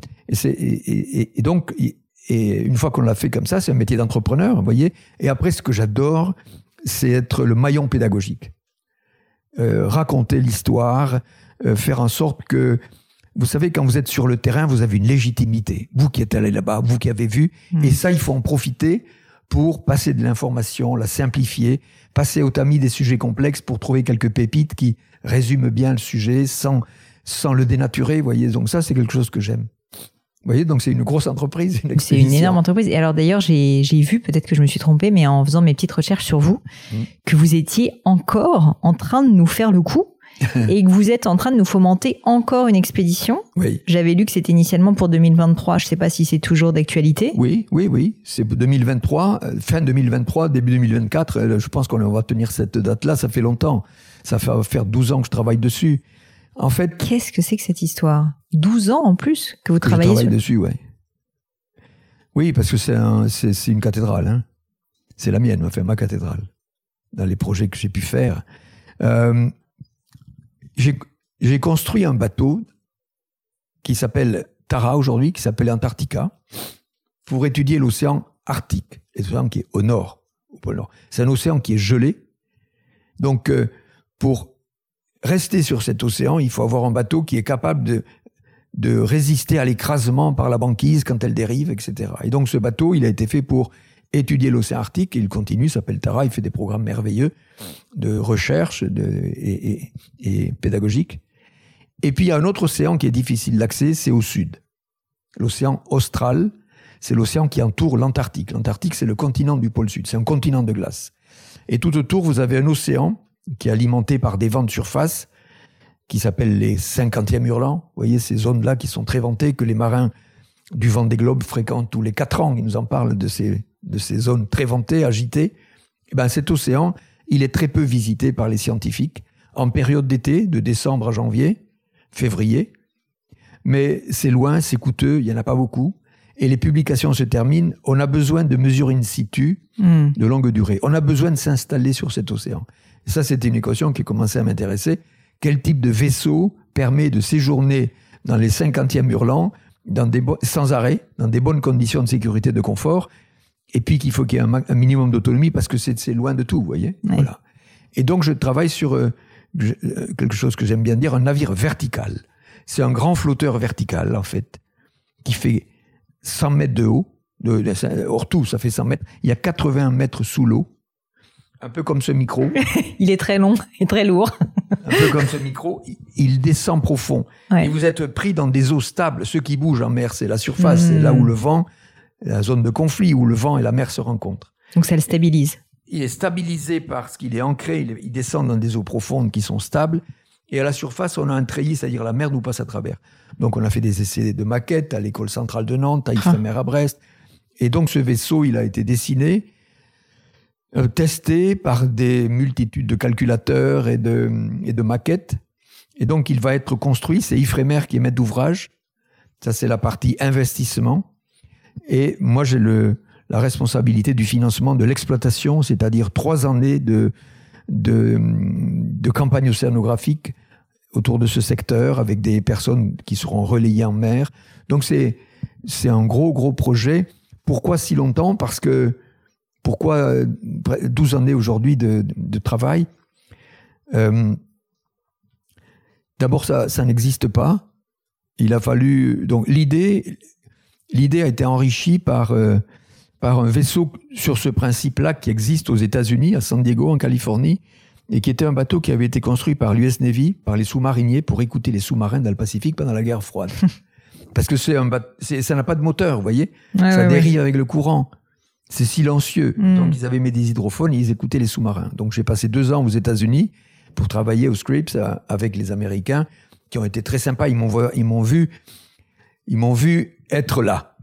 donc, une fois qu'on l'a fait comme ça, c'est un métier d'entrepreneur, vous voyez ? Et après, ce que j'adore, c'est être le maillon pédagogique. Raconter l'histoire, faire en sorte que, vous savez, quand vous êtes sur le terrain, vous avez une légitimité. Vous qui êtes allé là-bas, vous qui avez vu. Et ça, il faut en profiter pour passer de l'information, la simplifier, passer au tamis des sujets complexes pour trouver quelques pépites qui résument bien le sujet sans le dénaturer, vous voyez. Donc ça, c'est quelque chose que j'aime. Vous voyez, donc c'est une grosse entreprise. C'est une énorme entreprise. Et alors d'ailleurs, j'ai vu, peut-être que je me suis trompée, mais en faisant mes petites recherches sur vous, que vous étiez encore en train de nous faire le coup et que vous êtes en train de nous fomenter encore une expédition. Oui. J'avais lu que c'était initialement pour 2023. Je ne sais pas si c'est toujours d'actualité. Oui. C'est 2023, fin 2023, début 2024. Je pense qu'on va tenir cette date-là. Ça fait longtemps. Ça va faire 12 ans que je travaille dessus. En fait, qu'est-ce que c'est que cette histoire ? 12 ans en plus que vous travaillez dessus, ouais. Oui, parce que c'est une cathédrale. Hein. C'est la mienne, enfin ma cathédrale. Dans les projets que j'ai pu faire. J'ai construit un bateau qui s'appelle Tara aujourd'hui, qui s'appelle Antarctica, pour étudier l'océan Arctique, l'océan qui est au nord, au pôle Nord. C'est un océan qui est gelé. Donc, pour rester sur cet océan, il faut avoir un bateau qui est capable de résister à l'écrasement par la banquise quand elle dérive, etc. Et donc, ce bateau, il a été fait pour étudier l'océan Arctique, et il continue, il s'appelle Tara, il fait des programmes merveilleux de recherche et pédagogique. Et puis il y a un autre océan qui est difficile d'accès, c'est au sud. L'océan austral, c'est l'océan qui entoure l'Antarctique. L'Antarctique, c'est le continent du pôle sud, c'est un continent de glace. Et tout autour, vous avez un océan qui est alimenté par des vents de surface, qui s'appellent les 50e hurlants. Vous voyez ces zones-là qui sont très ventées, que les marins du Vendée Globe fréquentent tous les 4 ans. Ils nous en parlent de ces zones très ventées, agitées. Et ben cet océan, il est très peu visité par les scientifiques en période d'été, de décembre à janvier, février. Mais c'est loin, c'est coûteux, il n'y en a pas beaucoup. Et les publications se terminent. On a besoin de mesures in situ de longue durée. On a besoin de s'installer sur cet océan. Et ça, c'était une équation qui commençait à m'intéresser. Quel type de vaisseau permet de séjourner dans les 50e hurlants, sans arrêt, dans des bonnes conditions de sécurité et de confort, et puis qu'il faut qu'il y ait un minimum d'autonomie parce que c'est loin de tout, vous voyez. Oui. Voilà. Et donc, je travaille sur quelque chose que j'aime bien dire, un navire vertical. C'est un grand flotteur vertical, en fait, qui fait 100 mètres de haut. Hors tout, ça fait 100 mètres. Il y a 80 mètres sous l'eau. Un peu comme ce micro. Il est très long et très lourd. Un peu comme ce micro. Il descend profond. Ouais. Et vous êtes pris dans des eaux stables. Ce qui bouge en mer, c'est la surface. C'est là où le vent, la zone de conflit, où le vent et la mer se rencontrent. Donc ça le stabilise. Il est stabilisé parce qu'il est ancré. Il descend dans des eaux profondes qui sont stables. Et à la surface, on a un treillis, c'est-à-dire la mer nous passe à travers. Donc on a fait des essais de maquettes à l'école centrale de Nantes, à Ifremer à Brest. Et donc ce vaisseau, il a été dessiné, testé par des multitudes de calculateurs et de maquettes. Et donc il va être construit, c'est Ifremer qui est maître d'ouvrage. Ça, c'est la partie investissement. Et moi, j'ai la responsabilité du financement de l'exploitation, c'est-à-dire 3 années de campagne océanographique autour de ce secteur avec des personnes qui seront relayées en mer. Donc c'est un gros projet. Pourquoi si longtemps ? Pourquoi 12 années aujourd'hui de travail ? D'abord, ça n'existe pas. Il a fallu... Donc l'idée a été enrichie par un vaisseau sur ce principe-là qui existe aux États-Unis, à San Diego, en Californie, et qui était un bateau qui avait été construit par l'US Navy, par les sous-mariniers, pour écouter les sous-marins dans le Pacifique pendant la guerre froide. Parce que ça n'a pas de moteur, vous voyez. Ça dérive avec le courant. C'est silencieux. Donc ils avaient mis des hydrophones et ils écoutaient les sous-marins. Donc j'ai passé 2 ans aux États-Unis pour travailler au Scripps avec les Américains, qui ont été très sympas. Ils m'ont vu être là.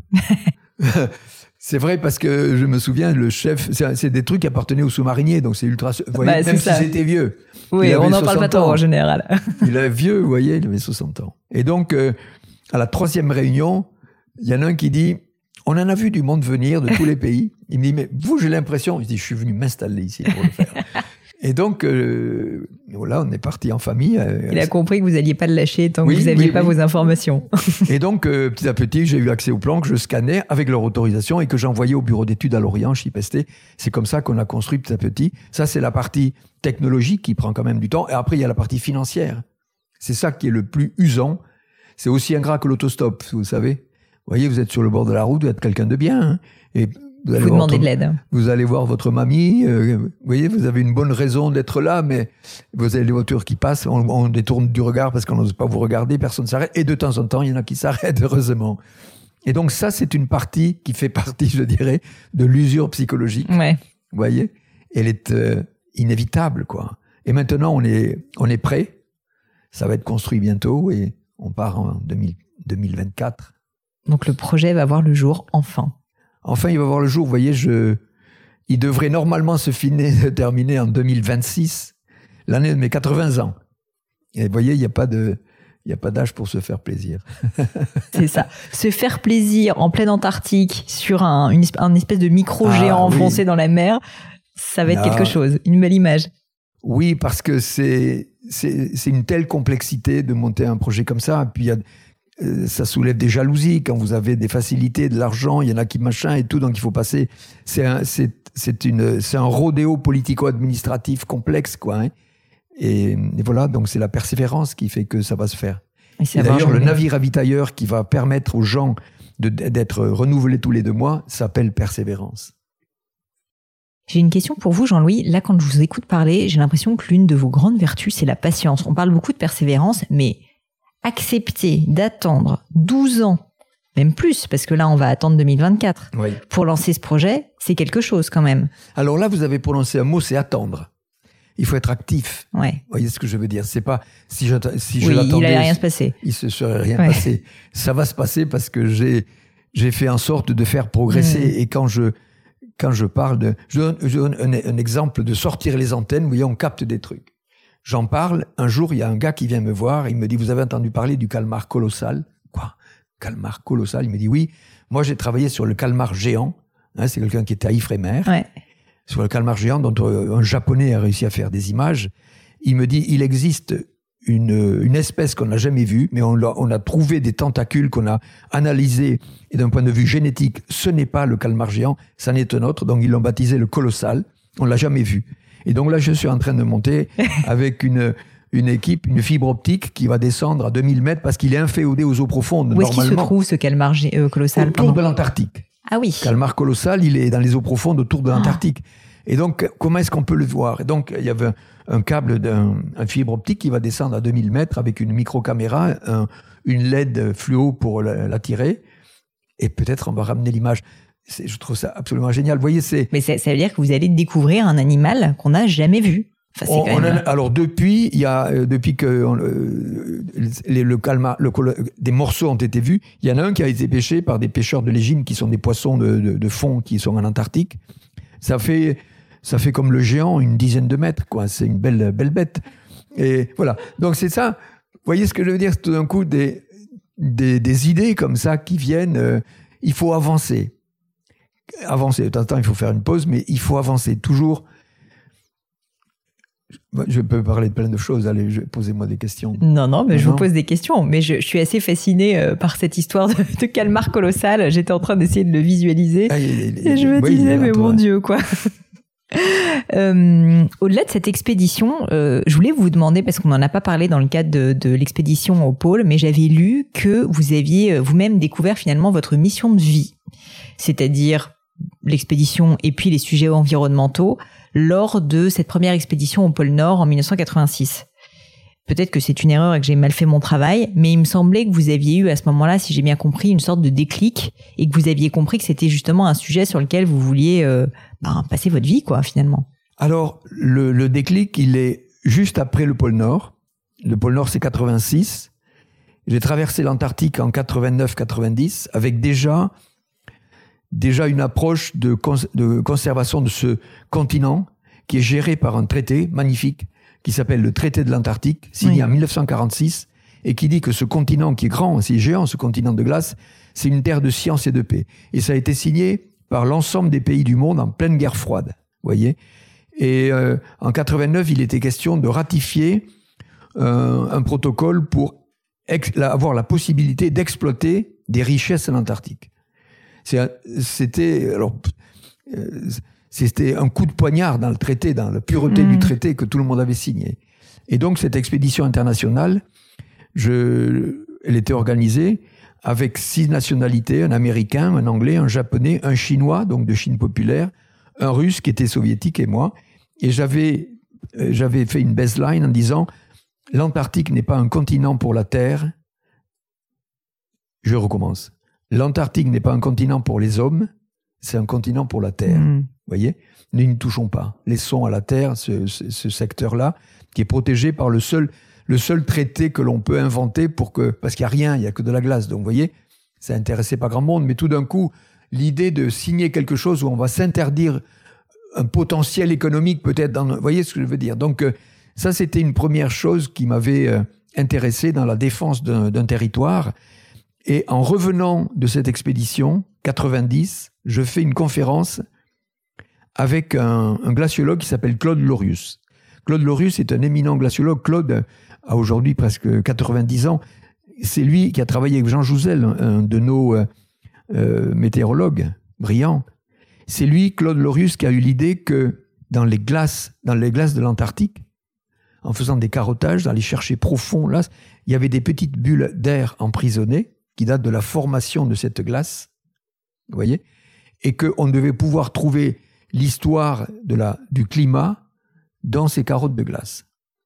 C'est vrai parce que je me souviens, le chef, c'est des trucs qui appartenaient aux sous-mariniers, donc c'est ultra... Vous voyez, même si c'était vieux. Oui, on n'en parle pas trop en général. Il est vieux, vous voyez, il avait 60 ans. Et donc, à la 3e réunion, il y en a un qui dit, on en a vu du monde venir de tous les pays. Il me dit, mais vous, j'ai l'impression... Je dis, je suis venu m'installer ici pour le faire. Et donc, voilà, on est parti en famille. Il a compris que vous n'alliez pas le lâcher tant que vous n'aviez pas vos informations. Et donc, petit à petit, j'ai eu accès aux plans que je scannais avec leur autorisation et que j'envoyais au bureau d'études à Lorient, chez IPST. C'est comme ça qu'on a construit petit à petit. Ça, c'est la partie technologique qui prend quand même du temps. Et après, il y a la partie financière. C'est ça qui est le plus usant. C'est aussi ingrat que l'autostop, vous savez. Vous voyez, vous êtes sur le bord de la route, vous êtes quelqu'un de bien. Hein, et vous demandez de l'aide. Vous allez voir votre mamie, vous voyez, vous avez une bonne raison d'être là, mais vous avez les voitures qui passent, on détourne du regard parce qu'on n'ose pas vous regarder, personne ne s'arrête, et de temps en temps, il y en a qui s'arrêtent, heureusement. Et donc ça, c'est une partie qui fait partie, je dirais, de l'usure psychologique. Ouais. Vous voyez ? Elle est inévitable, quoi. Et maintenant, on est prêt, ça va être construit bientôt, et on part en 2024. Donc le projet va voir le jour, enfin. Enfin, il va voir le jour. Vous voyez, il devrait normalement se terminer en 2026, l'année de mes 80 ans. Et vous voyez, il n'y a pas d'âge pour se faire plaisir. C'est ça. Se faire plaisir en pleine Antarctique sur un espèce de micro-géant enfoncé dans la mer, ça va être quelque chose, une belle image. Oui, parce que c'est une telle complexité de monter un projet comme ça. Et puis, ça soulève des jalousies quand vous avez des facilités, de l'argent, il y en a qui machin et tout, donc il faut passer. C'est un rodéo politico-administratif complexe, quoi. Hein. Et voilà, donc c'est la persévérance qui fait que ça va se faire. Et d'ailleurs, le navire ravitailleur qui va permettre aux gens d'être renouvelés tous les 2 mois s'appelle Persévérance. J'ai une question pour vous, Jean-Louis. Là, quand je vous écoute parler, j'ai l'impression que l'une de vos grandes vertus, c'est la patience. On parle beaucoup de persévérance, mais accepter d'attendre 12 ans, même plus, parce que là, on va attendre 2024, pour lancer ce projet, c'est quelque chose quand même. Alors là, vous avez prononcé un mot, c'est attendre. Il faut être actif. Ouais. Vous voyez ce que je veux dire ? C'est pas si je l'attendais, il n'allait rien se passer. Il se serait rien passé. Ça va se passer parce que j'ai fait en sorte de faire progresser. Et quand je parle je donne un exemple de sortir les antennes. Vous voyez, on capte des trucs. J'en parle, un jour, il y a un gars qui vient me voir, il me dit, vous avez entendu parler du calmar colossal ? Quoi ? Calmar colossal ? Il me dit, oui, moi j'ai travaillé sur le calmar géant, hein, c'est quelqu'un qui était à Ifremer, sur le calmar géant dont un Japonais a réussi à faire des images. Il me dit, il existe une espèce qu'on n'a jamais vue, mais on a trouvé des tentacules qu'on a analysés, et d'un point de vue génétique, ce n'est pas le calmar géant, ça n'est un autre, donc ils l'ont baptisé le colossal, on l'a jamais vu. Et donc là, je suis en train de monter avec une équipe, une fibre optique qui va descendre à 2000 mètres parce qu'il est inféodé aux eaux profondes. Où est-ce qu'il se trouve, ce calmar colossal ? Autour de l'Antarctique. Ah oui. Calmar colossal, il est dans les eaux profondes autour de l'Antarctique. Et donc, comment est-ce qu'on peut le voir ? Et donc, il y avait un câble un fibre optique qui va descendre à 2000 mètres avec une micro-caméra, une LED fluo pour l'attirer. Et peut-être on va ramener l'image. Je trouve ça absolument génial. Vous voyez, Mais ça veut dire que vous allez découvrir un animal qu'on n'a jamais vu. Enfin, alors depuis que le calmar, des morceaux ont été vus, il y en a un qui a été pêché par des pêcheurs de légine qui sont des poissons de fond qui sont en Antarctique. Ça fait comme le géant, une dizaine de mètres, quoi. C'est une belle bête. Et voilà. Donc c'est ça. Vous voyez ce que je veux dire? Tout d'un coup, des idées comme ça qui viennent. Il faut avancer. De temps en temps, il faut faire une pause, mais il faut avancer toujours. Je peux parler de plein de choses. Allez, posez-moi des questions. Non, mais je vous pose des questions. Mais je suis assez fascinée par cette histoire de calmar colossal. J'étais en train d'essayer de le visualiser. Et je me disais, mais mon Dieu, quoi. Au-delà de cette expédition, je voulais vous demander, parce qu'on n'en a pas parlé dans le cadre de l'expédition au pôle, mais j'avais lu que vous aviez vous-même découvert finalement votre mission de vie. C'est-à-dire l'expédition et puis les sujets environnementaux lors de cette première expédition au pôle Nord en 1986. Peut-être que c'est une erreur et que j'ai mal fait mon travail, mais il me semblait que vous aviez eu à ce moment-là, si j'ai bien compris, une sorte de déclic et que vous aviez compris que c'était justement un sujet sur lequel vous vouliez passer votre vie, quoi, finalement. Alors, le déclic, il est juste après le pôle Nord. Le pôle Nord, c'est 86. J'ai traversé l'Antarctique en 89-90 avec déjà une approche de conservation de ce continent qui est géré par un traité magnifique qui s'appelle le traité de l'Antarctique, signé en 1946, et qui dit que ce continent qui est grand, c'est géant, ce continent de glace, c'est une terre de science et de paix. Et ça a été signé par l'ensemble des pays du monde en pleine guerre froide, voyez. Et en 89, il était question de ratifier un protocole pour avoir la possibilité d'exploiter des richesses en Antarctique. C'était un coup de poignard dans le traité, dans la pureté du traité que tout le monde avait signé. Et donc, cette expédition internationale, elle était organisée avec 6 nationalités, un Américain, un Anglais, un Japonais, un Chinois, donc de Chine populaire, un Russe qui était soviétique et moi. Et j'avais fait une baseline en disant « L'Antarctique n'est pas un continent pour la Terre. » Je recommence. L'Antarctique n'est pas un continent pour les hommes, c'est un continent pour la Terre. Vous voyez ? Nous ne touchons pas. Laissons à la Terre ce secteur-là, qui est protégé par le seul traité que l'on peut inventer parce qu'il n'y a rien, il n'y a que de la glace. Donc, vous voyez, ça n'intéressait pas grand monde. Mais tout d'un coup, l'idée de signer quelque chose où on va s'interdire un potentiel économique peut-être vous voyez ce que je veux dire ? Donc, ça, c'était une première chose qui m'avait intéressé dans la défense d'un territoire. Et en revenant de cette expédition, 90, je fais une conférence avec un glaciologue qui s'appelle Claude Lorius. Claude Lorius est un éminent glaciologue. Claude a aujourd'hui presque 90 ans. C'est lui qui a travaillé avec Jean Jouzel, un de nos météorologues brillants. C'est lui, Claude Lorius, qui a eu l'idée que dans les glaces de l'Antarctique, en faisant des carottages, d'aller chercher profond, là, il y avait des petites bulles d'air emprisonnées qui datent de la formation de cette glace, vous voyez, et qu'on devait pouvoir trouver l'histoire du climat dans ces carottes de glace.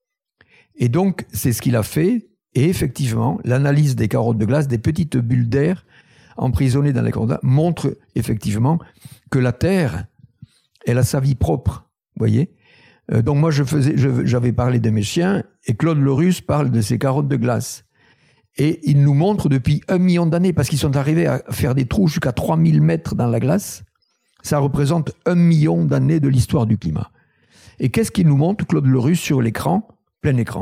Et donc, c'est ce qu'il a fait, et effectivement, l'analyse des carottes de glace, des petites bulles d'air emprisonnées dans les carottes, montre effectivement que la Terre, elle a sa vie propre, vous voyez. Donc moi, j'avais parlé de mes chiens, et Claude Lorius parle de ces carottes de glace. Et il nous montre depuis 1 million d'années, parce qu'ils sont arrivés à faire des trous jusqu'à 3000 mètres dans la glace. Ça représente 1 million d'années de l'histoire du climat. Et qu'est-ce qu'il nous montre, Claude Lorius, sur l'écran, plein écran ?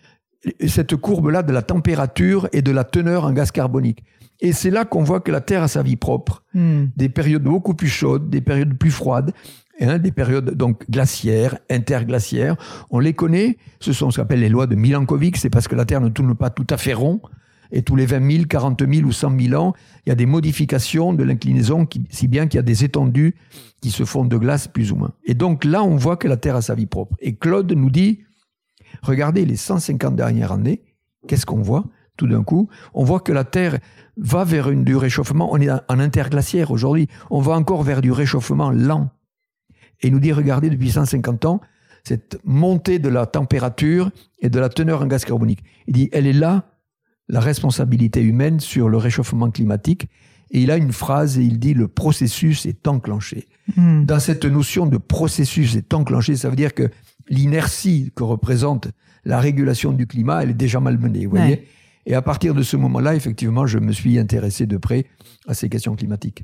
Cette courbe-là de la température et de la teneur en gaz carbonique. Et c'est là qu'on voit que la Terre a sa vie propre. Des périodes beaucoup plus chaudes, des périodes plus froides, des périodes donc glaciaires, interglaciaires. On les connaît, ce sont ce qu'on appelle les lois de Milankovitch, c'est parce que la Terre ne tourne pas tout à fait rond, et tous les 20 000, 40 000 ou 100 000 ans, il y a des modifications de l'inclinaison, si bien qu'il y a des étendues qui se font de glace plus ou moins. Et donc là, on voit que la Terre a sa vie propre. Et Claude nous dit, regardez les 150 dernières années, qu'est-ce qu'on voit ? Tout d'un coup, on voit que la Terre va vers du réchauffement. On est en interglaciaire aujourd'hui. On va encore vers du réchauffement lent. Et il nous dit, regardez, depuis 150 ans, cette montée de la température et de la teneur en gaz carbonique. Il dit, elle est là, la responsabilité humaine sur le réchauffement climatique. Et il a une phrase et il dit, le processus est enclenché. Dans cette notion de processus est enclenché, ça veut dire que l'inertie que représente la régulation du climat, elle est déjà malmenée, vous voyez. Ouais. Et à partir de ce moment-là, effectivement, je me suis intéressé de près à ces questions climatiques.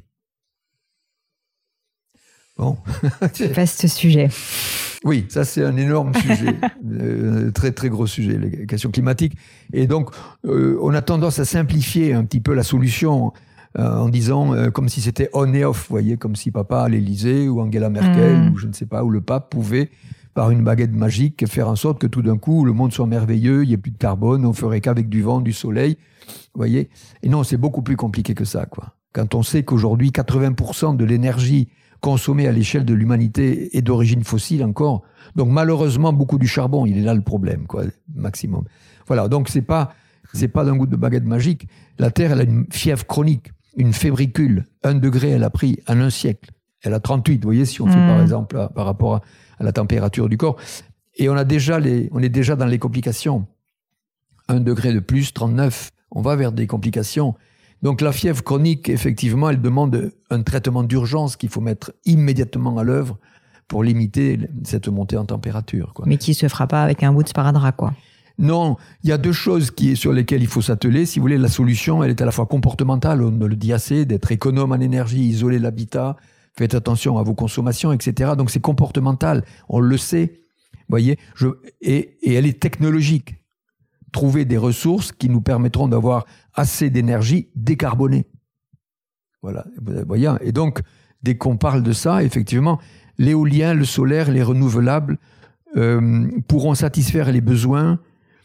Bon. Vaste sujet. Oui, ça c'est un énorme sujet, très très gros sujet, les questions climatiques. Et donc, on a tendance à simplifier un petit peu la solution en disant comme si c'était on et off, vous voyez, comme si papa à l'Élysée ou Angela Merkel ou je ne sais pas, ou le pape pouvait, par une baguette magique, faire en sorte que tout d'un coup, le monde soit merveilleux, il n'y ait plus de carbone, on ferait qu'avec du vent, du soleil, vous voyez. Et non, c'est beaucoup plus compliqué que ça, quoi. Quand on sait qu'aujourd'hui, 80% de l'énergie consommée à l'échelle de l'humanité est d'origine fossile encore. Donc malheureusement, beaucoup du charbon, il est là le problème, quoi, maximum. Voilà, donc c'est pas d'un goût de baguette magique. La Terre, elle a une fièvre chronique, une fébricule. 1 degré, elle a pris en un siècle. Elle a 38, vous voyez, si on fait par exemple par rapport à la température du corps. Et on est déjà dans les complications. 1 degré de plus, 39, on va vers des complications. Donc la fièvre chronique, effectivement, elle demande un traitement d'urgence qu'il faut mettre immédiatement à l'œuvre pour limiter cette montée en température, quoi. Mais qui ne se fera pas avec un bout de sparadrap, quoi. Non, il y a 2 choses sur lesquelles il faut s'atteler. Si vous voulez, la solution, elle est à la fois comportementale, on le dit assez, d'être économe en énergie, isoler l'habitat, faites attention à vos consommations, etc. Donc c'est comportemental, on le sait, voyez. Et elle est technologique. Trouver des ressources qui nous permettront d'avoir assez d'énergie décarbonée. Voilà, vous voyez. Et donc, dès qu'on parle de ça, effectivement, l'éolien, le solaire, les renouvelables pourront satisfaire les besoins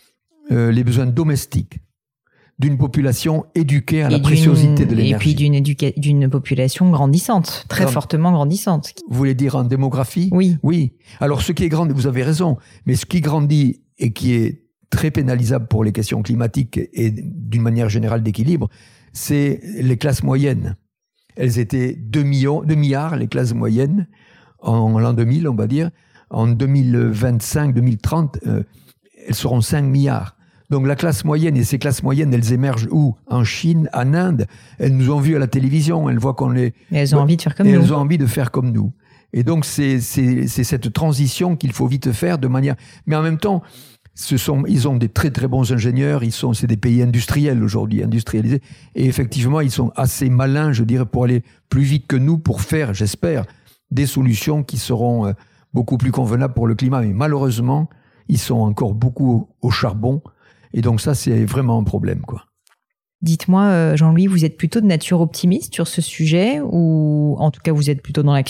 domestiques d'une population éduquée à la préciosité de l'énergie. Et puis d'une population grandissante, très fortement grandissante. Vous voulez dire en démographie ? Oui. Oui. Alors, ce qui est grand, vous avez raison, mais ce qui grandit et qui est très pénalisable pour les questions climatiques et d'une manière générale d'équilibre, c'est les classes moyennes. Elles étaient 2 milliards, les classes moyennes, en l'an 2000, on va dire. En 2025, 2030, elles seront 5 milliards. Donc la classe moyenne, et ces classes moyennes, elles émergent où ? En Chine, en Inde. Elles nous ont vus à la télévision, elles voient qu'on les... Et elles ont envie de faire comme nous. Elles ont envie de faire comme nous. Et donc c'est cette transition qu'il faut vite faire de manière... Mais en même temps, ils ont des très très bons ingénieurs, c'est des pays industriels aujourd'hui, industrialisés, et effectivement ils sont assez malins, je dirais, pour aller plus vite que nous, pour faire, j'espère, des solutions qui seront beaucoup plus convenables pour le climat. Mais malheureusement, ils sont encore beaucoup au charbon, et donc ça c'est vraiment un problème, quoi. Dites-moi, Jean-Louis, vous êtes plutôt de nature optimiste sur ce sujet, ou en tout cas vous êtes plutôt dans l'action ?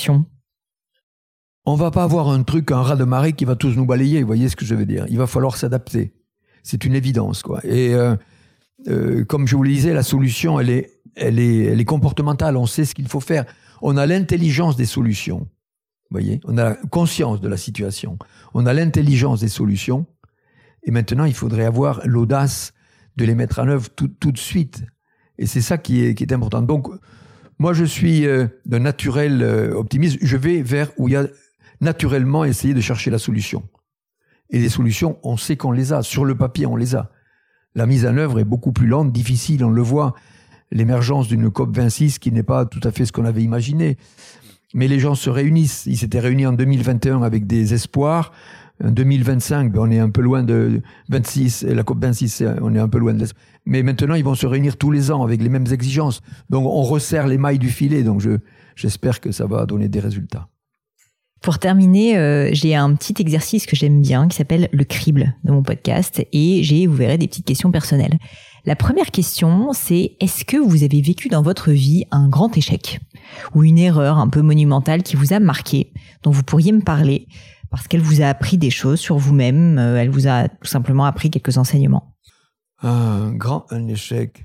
On va pas avoir un raz-de-marée qui va tous nous balayer, vous voyez ce que je veux dire. Il va falloir s'adapter. C'est une évidence, quoi. Et comme je vous le disais, la solution, elle est comportementale. On sait ce qu'il faut faire. On a l'intelligence des solutions. Vous voyez, on a conscience de la situation. On a l'intelligence des solutions. Et maintenant, il faudrait avoir l'audace de les mettre en œuvre tout de suite. Et c'est ça qui est important. Donc, moi, je suis d'un naturel optimiste. Je vais vers où il y a naturellement essayer de chercher la solution. Et les solutions, on sait qu'on les a. Sur le papier, on les a. La mise en œuvre est beaucoup plus lente, difficile, on le voit. L'émergence d'une COP26 qui n'est pas tout à fait ce qu'on avait imaginé. Mais les gens se réunissent. Ils s'étaient réunis en 2021 avec des espoirs. En 2025, on est un peu loin de 26. La COP26, on est un peu loin de l'espoir. Mais maintenant, ils vont se réunir tous les ans avec les mêmes exigences. Donc, on resserre les mailles du filet. Donc, j'espère que ça va donner des résultats. Pour terminer, j'ai un petit exercice que j'aime bien qui s'appelle le crible de mon podcast et vous verrez des petites questions personnelles. La première question, c'est est-ce que vous avez vécu dans votre vie un grand échec ou une erreur un peu monumentale qui vous a marqué, dont vous pourriez me parler parce qu'elle vous a appris des choses sur vous-même, elle vous a tout simplement appris quelques enseignements. Un échec.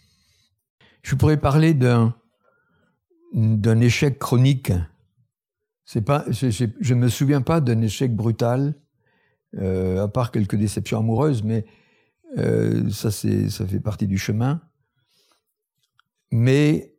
Je pourrais parler d'un échec chronique. Je me souviens pas d'un échec brutal, à part quelques déceptions amoureuses, mais ça fait partie du chemin. Mais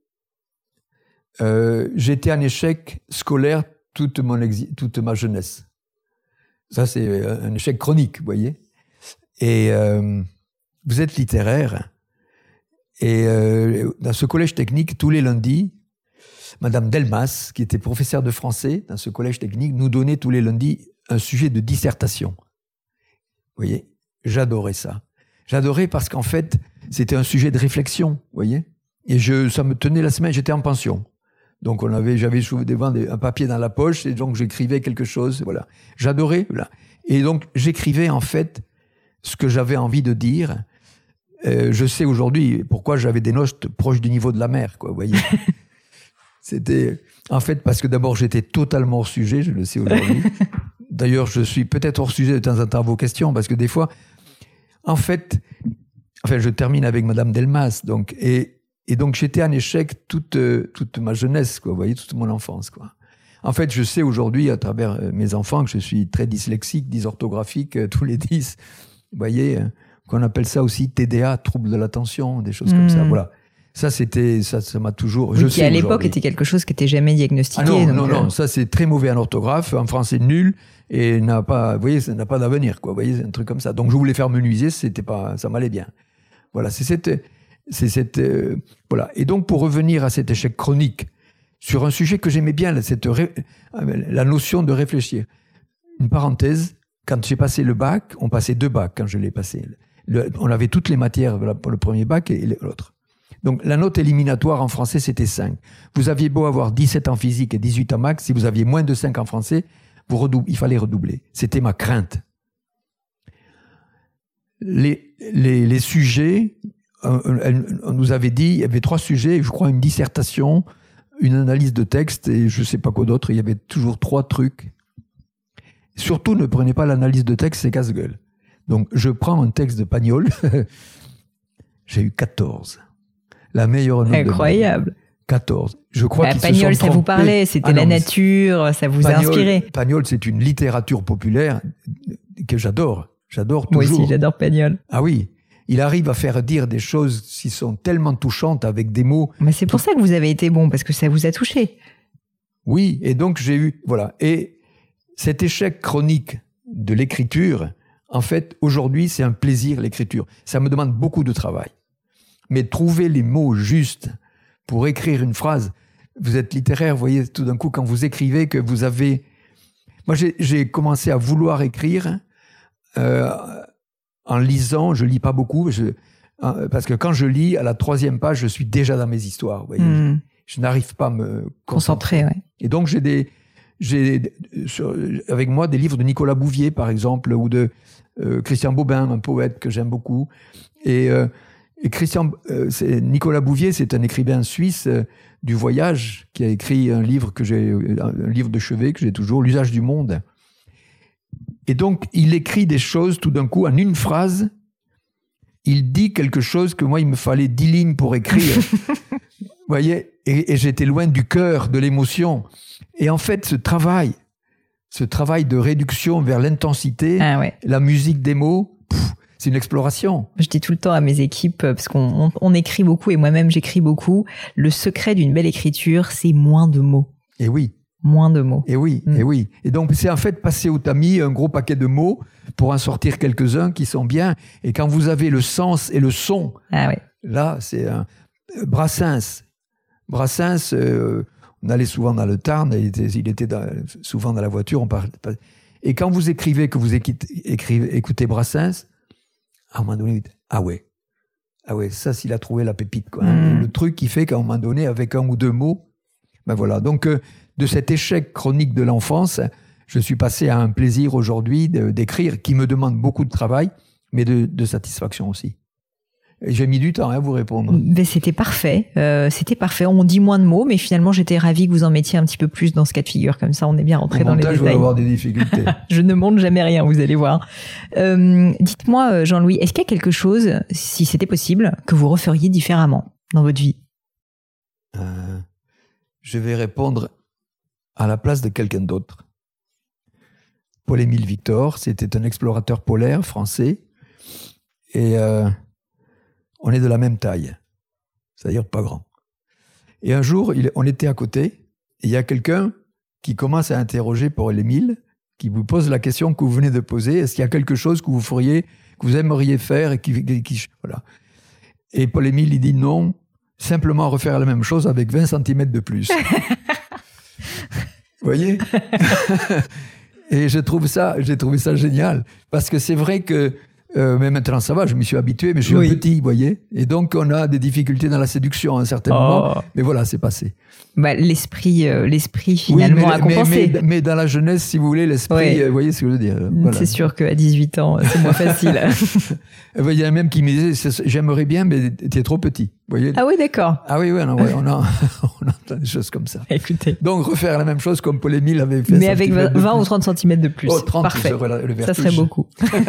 j'étais en échec scolaire toute ma jeunesse. Ça, c'est un échec chronique, vous voyez. Et vous êtes littéraire, et dans ce collège technique, tous les lundis, Madame Delmas, qui était professeure de français dans ce collège technique, nous donnait tous les lundis un sujet de dissertation. Vous voyez, j'adorais ça. J'adorais parce qu'en fait, c'était un sujet de réflexion, vous voyez. Et ça me tenait la semaine, j'étais en pension. Donc j'avais souvent un papier dans la poche et donc j'écrivais quelque chose, voilà. J'adorais, voilà. Et donc j'écrivais en fait ce que j'avais envie de dire. Je sais aujourd'hui pourquoi j'avais des notes proches du niveau de la mer, quoi, vous voyez. C'était en fait parce que d'abord j'étais totalement hors sujet, je le sais aujourd'hui. D'ailleurs, je suis peut-être hors sujet de temps en temps à vos questions parce que des fois, en fait, je termine avec Madame Delmas, donc et donc j'étais en échec toute ma jeunesse, quoi, vous voyez, toute mon enfance, quoi. En fait, je sais aujourd'hui à travers mes enfants que je suis très dyslexique, dysorthographique, tous les 10. Vous voyez, qu'on appelle ça aussi TDA, trouble de l'attention, des choses comme ça. Voilà. Ça m'a toujours. Oui, qui à l'époque était quelque chose qui n'était jamais diagnostiqué. Ah non, ça c'est très mauvais en orthographe, en français nul, et n'a pas, vous voyez, ça n'a pas d'avenir, quoi. Vous voyez, c'est un truc comme ça. Donc je voulais faire menuisier, ça m'allait bien. Voilà, voilà. Et donc pour revenir à cet échec chronique sur un sujet que j'aimais bien, la notion de réfléchir. Une parenthèse, quand j'ai passé le bac, on passait 2 bacs quand je l'ai passé. On avait toutes les matières pour le premier bac et l'autre. Donc, la note éliminatoire en français, c'était 5. Vous aviez beau avoir 17 en physique et 18 en maths, si vous aviez moins de 5 en français, il fallait redoubler. C'était ma crainte. Les sujets, on nous avait dit, il y avait 3 sujets, je crois une dissertation, une analyse de texte et je ne sais pas quoi d'autre. Il y avait toujours 3 trucs. Surtout, ne prenez pas l'analyse de texte, c'est casse-gueule. Donc, je prends un texte de Pagnol. J'ai eu 14. La meilleure note. Incroyable. 14. Je crois qu'ils Pagnol, se sont ça trompés. vous parlait, c'était la nature, ça vous a inspiré. Pagnol, c'est une littérature populaire que j'adore. J'adore toujours. Moi aussi, j'adore Pagnol. Ah oui. Il arrive à faire dire des choses qui sont tellement touchantes avec des mots. Mais c'est pour ça que vous avez été bon, parce que ça vous a touché. Oui, et donc j'ai eu... Voilà. Et cet échec chronique de l'écriture, en fait, aujourd'hui, c'est un plaisir, l'écriture. Ça me demande beaucoup de travail. Mais trouver les mots justes pour écrire une phrase, vous êtes littéraire, vous voyez, tout d'un coup, quand vous écrivez, que vous avez... Moi, j'ai commencé à vouloir écrire en lisant. Je lis pas beaucoup, parce que quand je lis, à la 3e page, je suis déjà dans mes histoires. Vous voyez, je n'arrive pas à me concentrer. Ouais. Et donc, j'ai avec moi des livres de Nicolas Bouvier, par exemple, ou de Christian Bobin, un poète que j'aime beaucoup. Et Nicolas Bouvier, c'est un écrivain suisse du voyage qui a écrit un livre de chevet que j'ai toujours, L'usage du monde. Et donc, il écrit des choses tout d'un coup en une phrase. Il dit quelque chose que moi, il me fallait 10 lignes pour écrire. Vous voyez, et j'étais loin du cœur, de l'émotion. Et en fait, ce travail de réduction vers l'intensité, la musique des mots, c'est une exploration. Je dis tout le temps à mes équipes, parce qu'on écrit beaucoup, et moi-même j'écris beaucoup, le secret d'une belle écriture, c'est moins de mots. Et oui. Moins de mots. Et oui, et oui. Et donc, c'est en fait passer au tamis un gros paquet de mots pour en sortir quelques-uns qui sont bien. Et quand vous avez le sens et le son, là, c'est un... Brassens, on allait souvent dans le Tarn, il était souvent dans la voiture. Et quand vous écrivez, que vous écoutez Brassens, à un moment donné, ah ouais, ça, s'il a trouvé la pépite, quoi. Le truc qui fait qu'à un moment donné, avec 1 ou 2 mots, ben voilà. Donc, de cet échec chronique de l'enfance, je suis passé à un plaisir aujourd'hui d'écrire qui me demande beaucoup de travail, mais de satisfaction aussi. Et j'ai mis du temps à vous répondre. Mais c'était parfait. On dit moins de mots, mais finalement, j'étais ravie que vous en mettiez un petit peu plus dans ce cas de figure. Comme ça, on est bien rentré dans les détails. Je vais avoir des difficultés. Je ne monte jamais rien, vous allez voir. Dites-moi, Jean-Louis, est-ce qu'il y a quelque chose, si c'était possible, que vous referiez différemment dans votre vie ? Je vais répondre à la place de quelqu'un d'autre. Paul-Émile Victor, c'était un explorateur polaire français. Et... on est de la même taille, c'est-à-dire pas grand. Et un jour, on était à côté, et il y a quelqu'un qui commence à interroger Paul-Émile, qui vous pose la question que vous venez de poser. Est-ce qu'il y a quelque chose que vous aimeriez faire et voilà. Et Paul-Émile, il dit non, simplement refaire la même chose avec 20 cm de plus. Vous voyez ? Et j'ai trouvé ça génial. Parce que c'est vrai que, mais maintenant ça va, je m'y suis habitué, mais je suis un petit, vous voyez. Et donc, on a des difficultés dans la séduction à un certain moment. Mais voilà, c'est passé. Bah, l'esprit finalement a compensé. Mais dans la jeunesse, si vous voulez, l'esprit, vous voyez ce que je veux dire. Voilà. C'est sûr qu'à 18 ans, c'est moins facile. Il y en a même qui me disaient, j'aimerais bien, mais t'es trop petit. Vous voyez. Ah oui, d'accord. Ah oui, on a des choses comme ça. Écoutez. Donc, refaire la même chose comme Paul Émile avait fait. Mais avec 20 ou 30 cm de plus. Oh, 30, parfait. Ça serait beaucoup.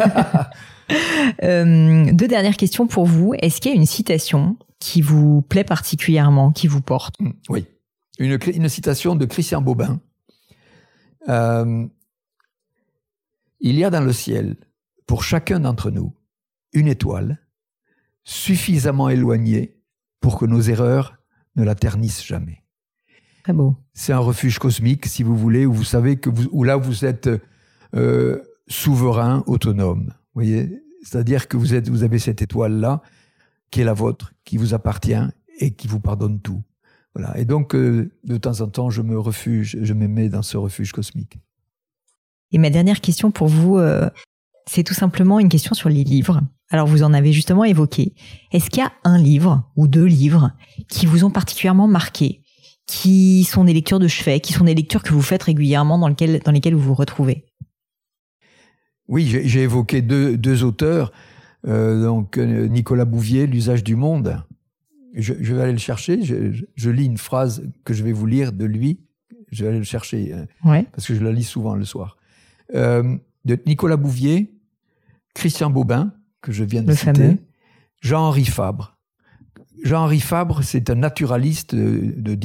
2 dernières questions pour vous. Est-ce qu'il y a une citation qui vous plaît particulièrement, qui vous porte? Oui. Une citation de Christian Bobin. Il y a dans le ciel, pour chacun d'entre nous, une étoile suffisamment éloignée pour que nos erreurs ne la ternissent jamais. Très beau. C'est un refuge cosmique, si vous voulez, où vous savez que où là vous êtes souverain, autonome. Vous voyez, c'est-à-dire que vous avez cette étoile-là qui est la vôtre, qui vous appartient et qui vous pardonne tout. Voilà. Et donc, de temps en temps, je me mets dans ce refuge cosmique. Et ma dernière question pour vous, c'est tout simplement une question sur les livres. Alors, vous en avez justement évoqué. Est-ce qu'il y a un livre ou 2 livres qui vous ont particulièrement marqué, qui sont des lectures de chevet, qui sont des lectures que vous faites régulièrement, dans lesquelles vous vous retrouvez? Oui, j'ai évoqué deux auteurs. Donc, Nicolas Bouvier, L'usage du monde. Je vais aller le chercher. Je lis une phrase que je vais vous lire de lui. Je vais aller le chercher, parce que je la lis souvent le soir. De Nicolas Bouvier, Christian Bobin, que je viens de citer, fameux. Jean-Henri Fabre. Jean-Henri Fabre, c'est un naturaliste de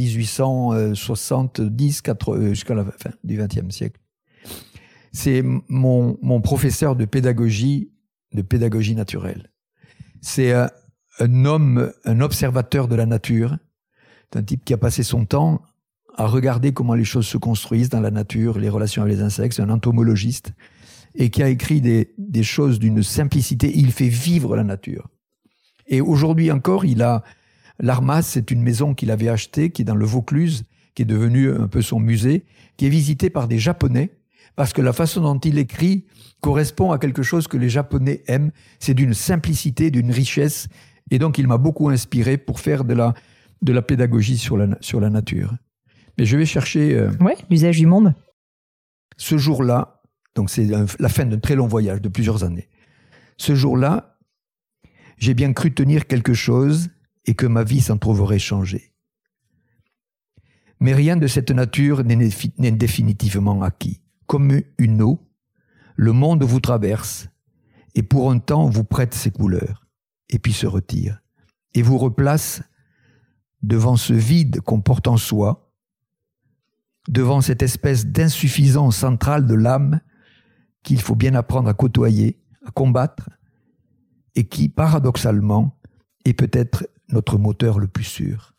1870 jusqu'à la fin du XXe siècle. C'est mon professeur de pédagogie naturelle. C'est un homme, un observateur de la nature. C'est un type qui a passé son temps à regarder comment les choses se construisent dans la nature, les relations avec les insectes. C'est un entomologiste et qui a écrit des choses d'une simplicité. Il fait vivre la nature. Et aujourd'hui encore, il a l'Armas, c'est une maison qu'il avait achetée, qui est dans le Vaucluse, qui est devenue un peu son musée, qui est visitée par des Japonais, parce que la façon dont il écrit correspond à quelque chose que les Japonais aiment. C'est d'une simplicité, d'une richesse. Et donc, il m'a beaucoup inspiré pour faire de la pédagogie sur la nature. Mais je vais chercher... l'usage du monde. Ce jour-là, donc c'est la fin d'un très long voyage de plusieurs années. Ce jour-là, j'ai bien cru tenir quelque chose et que ma vie s'en trouverait changée. Mais rien de cette nature n'est définitivement acquis. Comme une eau, le monde vous traverse et pour un temps vous prête ses couleurs et puis se retire et vous replace devant ce vide qu'on porte en soi, devant cette espèce d'insuffisance centrale de l'âme qu'il faut bien apprendre à côtoyer, à combattre et qui, paradoxalement, est peut-être notre moteur le plus sûr.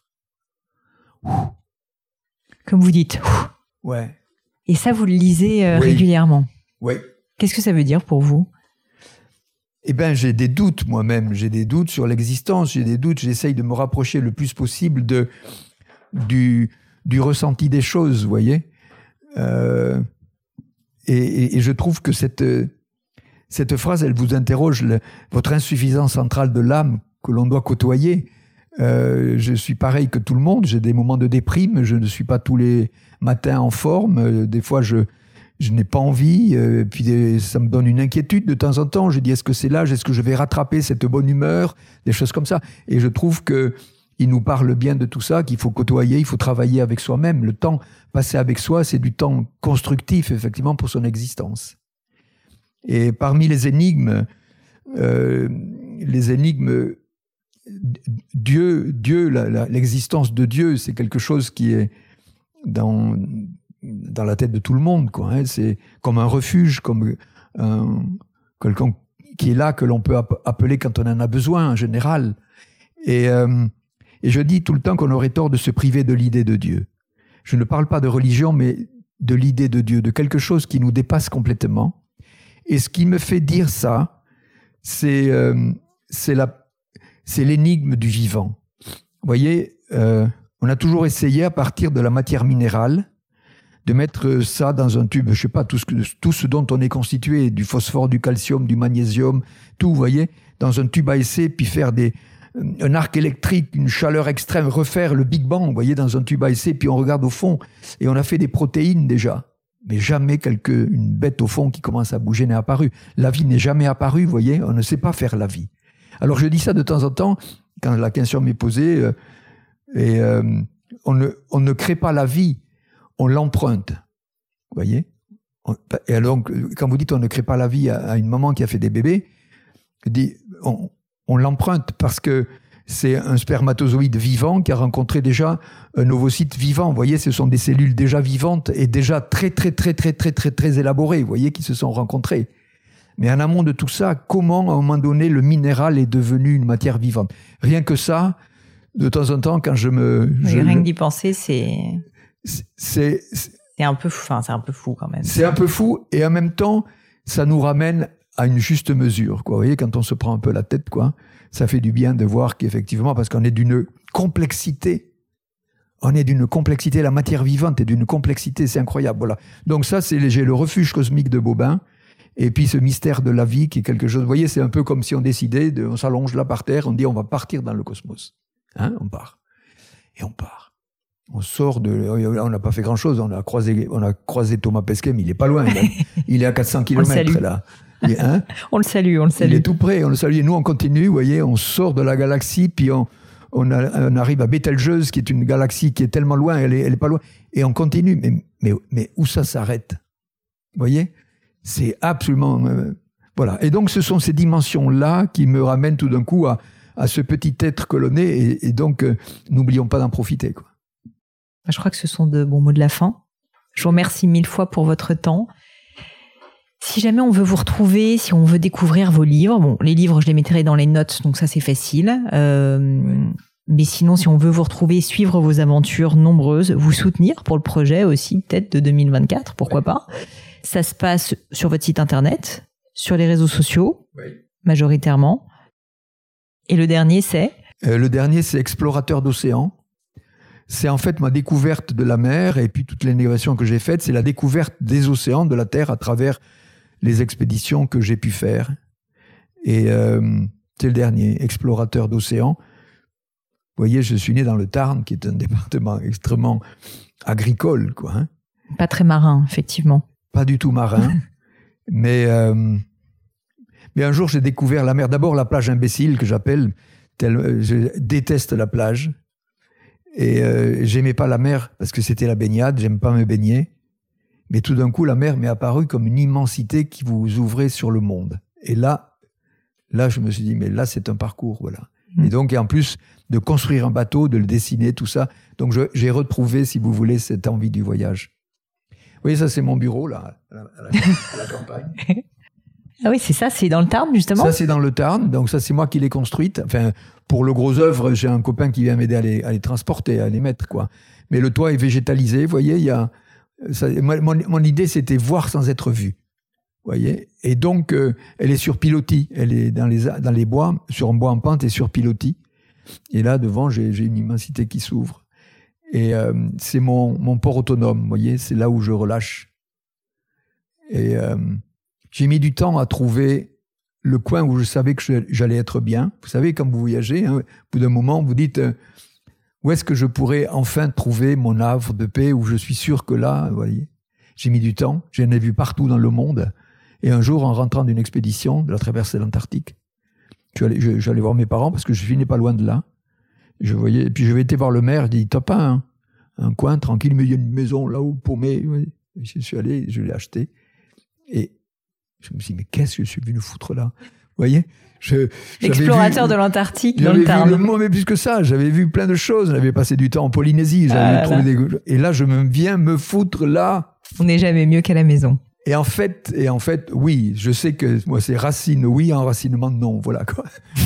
Comme vous dites. Ouais. Et ça, vous le lisez régulièrement. Oui. Qu'est-ce que ça veut dire pour vous? Eh bien, j'ai des doutes moi-même. J'ai des doutes sur l'existence. J'ai des doutes. J'essaye de me rapprocher le plus possible du ressenti des choses, vous voyez. Et je trouve que cette phrase, elle vous interroge votre insuffisance centrale de l'âme que l'on doit côtoyer. Je suis pareil que tout le monde. J'ai des moments de déprime. Je ne suis pas tous les matins en forme. Des fois, je n'ai pas envie. Puis ça me donne une inquiétude de temps en temps. Je dis, est-ce que c'est l'âge? Est-ce que je vais rattraper cette bonne humeur? Des choses comme ça. Et je trouve qu'il nous parle bien de tout ça, qu'il faut côtoyer, il faut travailler avec soi-même. Le temps passé avec soi, c'est du temps constructif, effectivement, pour son existence. Et parmi les énigmes, Dieu, l'existence de Dieu, c'est quelque chose qui est dans la tête de tout le monde, quoi, hein. C'est comme un refuge, comme quelqu'un qui est là, que l'on peut appeler quand on en a besoin, en général. Et je dis tout le temps qu'on aurait tort de se priver de l'idée de Dieu. Je ne parle pas de religion, mais de l'idée de Dieu, de quelque chose qui nous dépasse complètement. Et ce qui me fait dire ça, c'est l'énigme du vivant. Vous voyez, on a toujours essayé, à partir de la matière minérale, de mettre ça dans un tube, je sais pas, tout ce dont on est constitué, du phosphore, du calcium, du magnésium, tout, vous voyez, dans un tube à essai, puis faire un arc électrique, une chaleur extrême, refaire le Big Bang, vous voyez, dans un tube à essai, puis on regarde au fond, et on a fait des protéines déjà. Mais jamais une bête au fond qui commence à bouger n'est apparue. La vie n'est jamais apparue, vous voyez, on ne sait pas faire la vie. Alors je dis ça de temps en temps, quand la question m'est posée, on ne crée pas la vie, on l'emprunte, vous voyez. Et donc, quand vous dites on ne crée pas la vie à une maman qui a fait des bébés, on l'emprunte parce que c'est un spermatozoïde vivant qui a rencontré déjà un ovocyte vivant. Vous voyez, ce sont des cellules déjà vivantes et déjà très, très, très, très, très, très, très élaborées, vous voyez, qui se sont rencontrées. Mais en amont de tout ça, comment, à un moment donné, le minéral est devenu une matière vivante? Rien que ça, de temps en temps, quand rien que d'y penser, c'est un peu fou, c'est un peu fou quand même. C'est un peu fou, et en même temps, ça nous ramène à une juste mesure, quoi. Vous voyez, quand on se prend un peu la tête, quoi, ça fait du bien de voir qu'effectivement, parce qu'on est d'une complexité, la matière vivante est d'une complexité, c'est incroyable, voilà. Donc ça, j'ai le refuge cosmique de Bobin, et puis ce mystère de la vie qui est quelque chose, vous voyez, c'est un peu comme si on décidait, on s'allonge là par terre, on dit on va partir dans le cosmos. Hein, on part. Et on part. On sort on n'a pas fait grand chose, on a croisé Thomas Pesquet, mais il est pas loin, il est à 400 km là. On le salue. Il est tout près, on le salue. Et nous, on continue, vous voyez, on sort de la galaxie, puis on arrive à Bételgeuse, qui est une galaxie qui est tellement loin, elle est pas loin, et on continue. Mais où ça s'arrête? Vous voyez? C'est absolument... voilà. Et donc, ce sont ces dimensions-là qui me ramènent tout d'un coup à ce petit être que l'on est, et donc, n'oublions pas d'en profiter, quoi. Je crois que ce sont de bons mots de la fin. Je vous remercie 1000 fois pour votre temps. Si jamais on veut vous retrouver, si on veut découvrir vos livres, bon, les livres, je les mettrai dans les notes, donc ça, c'est facile. Mais sinon, si on veut vous retrouver, suivre vos aventures nombreuses, vous soutenir pour le projet aussi, peut-être de 2024, pourquoi pas. Ça se passe sur votre site internet, sur les réseaux sociaux, majoritairement. Et le dernier, c'est Explorateur d'océan. C'est en fait ma découverte de la mer, et puis toutes les innovations que j'ai faites, c'est la découverte des océans, de la Terre, à travers les expéditions que j'ai pu faire. Et c'est le dernier, Explorateur d'océan. Vous voyez, je suis né dans le Tarn, qui est un département extrêmement agricole, quoi. Hein. Pas très marin, effectivement. Pas du tout marin. Mais un jour, j'ai découvert la mer. D'abord, la plage imbécile, que j'appelle. Je déteste la plage. Et j'aimais pas la mer parce que c'était la baignade, j'aime pas me baigner. Mais tout d'un coup, la mer m'est apparue comme une immensité qui vous ouvrait sur le monde. Et là, je me suis dit, mais là, c'est un parcours, voilà. Et donc, et en plus, de construire un bateau, de le dessiner, tout ça. Donc, j'ai retrouvé, si vous voulez, cette envie du voyage. Vous voyez, ça, c'est mon bureau, là, à la campagne. Ah oui, c'est ça, c'est dans le Tarn, justement? Ça, c'est dans le Tarn, donc ça, c'est moi qui l'ai construite. Enfin, pour le gros œuvre, j'ai un copain qui vient m'aider à les transporter, à les mettre, quoi. Mais le toit est végétalisé, vous voyez, il y a... mon idée, c'était voir sans être vu, vous voyez. Et donc, elle est sur pilotis, elle est dans les bois, sur un bois en pente et sur pilotis. Et là, devant, j'ai une immensité qui s'ouvre. Et c'est mon port autonome, vous voyez, c'est là où je relâche. Et... j'ai mis du temps à trouver le coin où je savais que j'allais être bien. Vous savez, quand vous voyagez, hein, au bout d'un moment, vous dites où est-ce que je pourrais enfin trouver mon havre de paix, où je suis sûr que là, vous voyez. J'ai mis du temps, j'en ai vu partout dans le monde. Et un jour, en rentrant d'une expédition, de la traversée de l'Antarctique, j'allais voir mes parents parce que je n'étais pas loin de là. Et puis je vais été voir le maire, je dis, t'as pas un coin tranquille, mais il y a une maison là-haut paumée. Je suis allé, je l'ai acheté. Et je me suis dit, mais qu'est-ce que je suis venu foutre là? Vous voyez, Explorateur de l'Antarctique dans le Tarn. Mais plus que ça, j'avais vu plein de choses. J'avais passé du temps en Polynésie. Et là, je viens me foutre là. On n'est jamais mieux qu'à la maison. Et en fait, oui, je sais que moi, c'est racine, oui, enracinement, non. Voilà, quoi.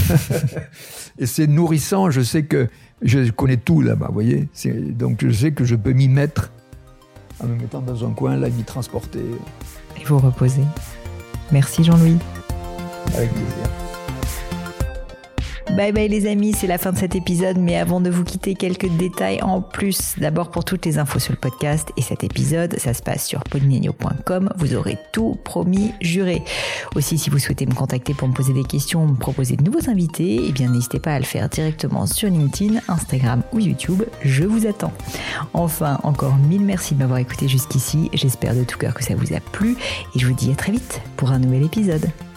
Et c'est nourrissant. Je sais que je connais tout là-bas, vous voyez. Donc, je sais que je peux m'y mettre en me mettant dans un coin, là, m'y transporter. Et vous reposer. Merci Jean-Louis. Avec plaisir. Bye bye les amis, c'est la fin de cet épisode, mais avant de vous quitter, quelques détails en plus. D'abord pour toutes les infos sur le podcast et cet épisode, ça se passe sur paulinegno.com, vous aurez tout promis, juré. Aussi, si vous souhaitez me contacter pour me poser des questions, me proposer de nouveaux invités, eh bien n'hésitez pas à le faire directement sur LinkedIn, Instagram ou YouTube, je vous attends. Enfin, encore 1000 merci de m'avoir écouté jusqu'ici, j'espère de tout cœur que ça vous a plu et je vous dis à très vite pour un nouvel épisode.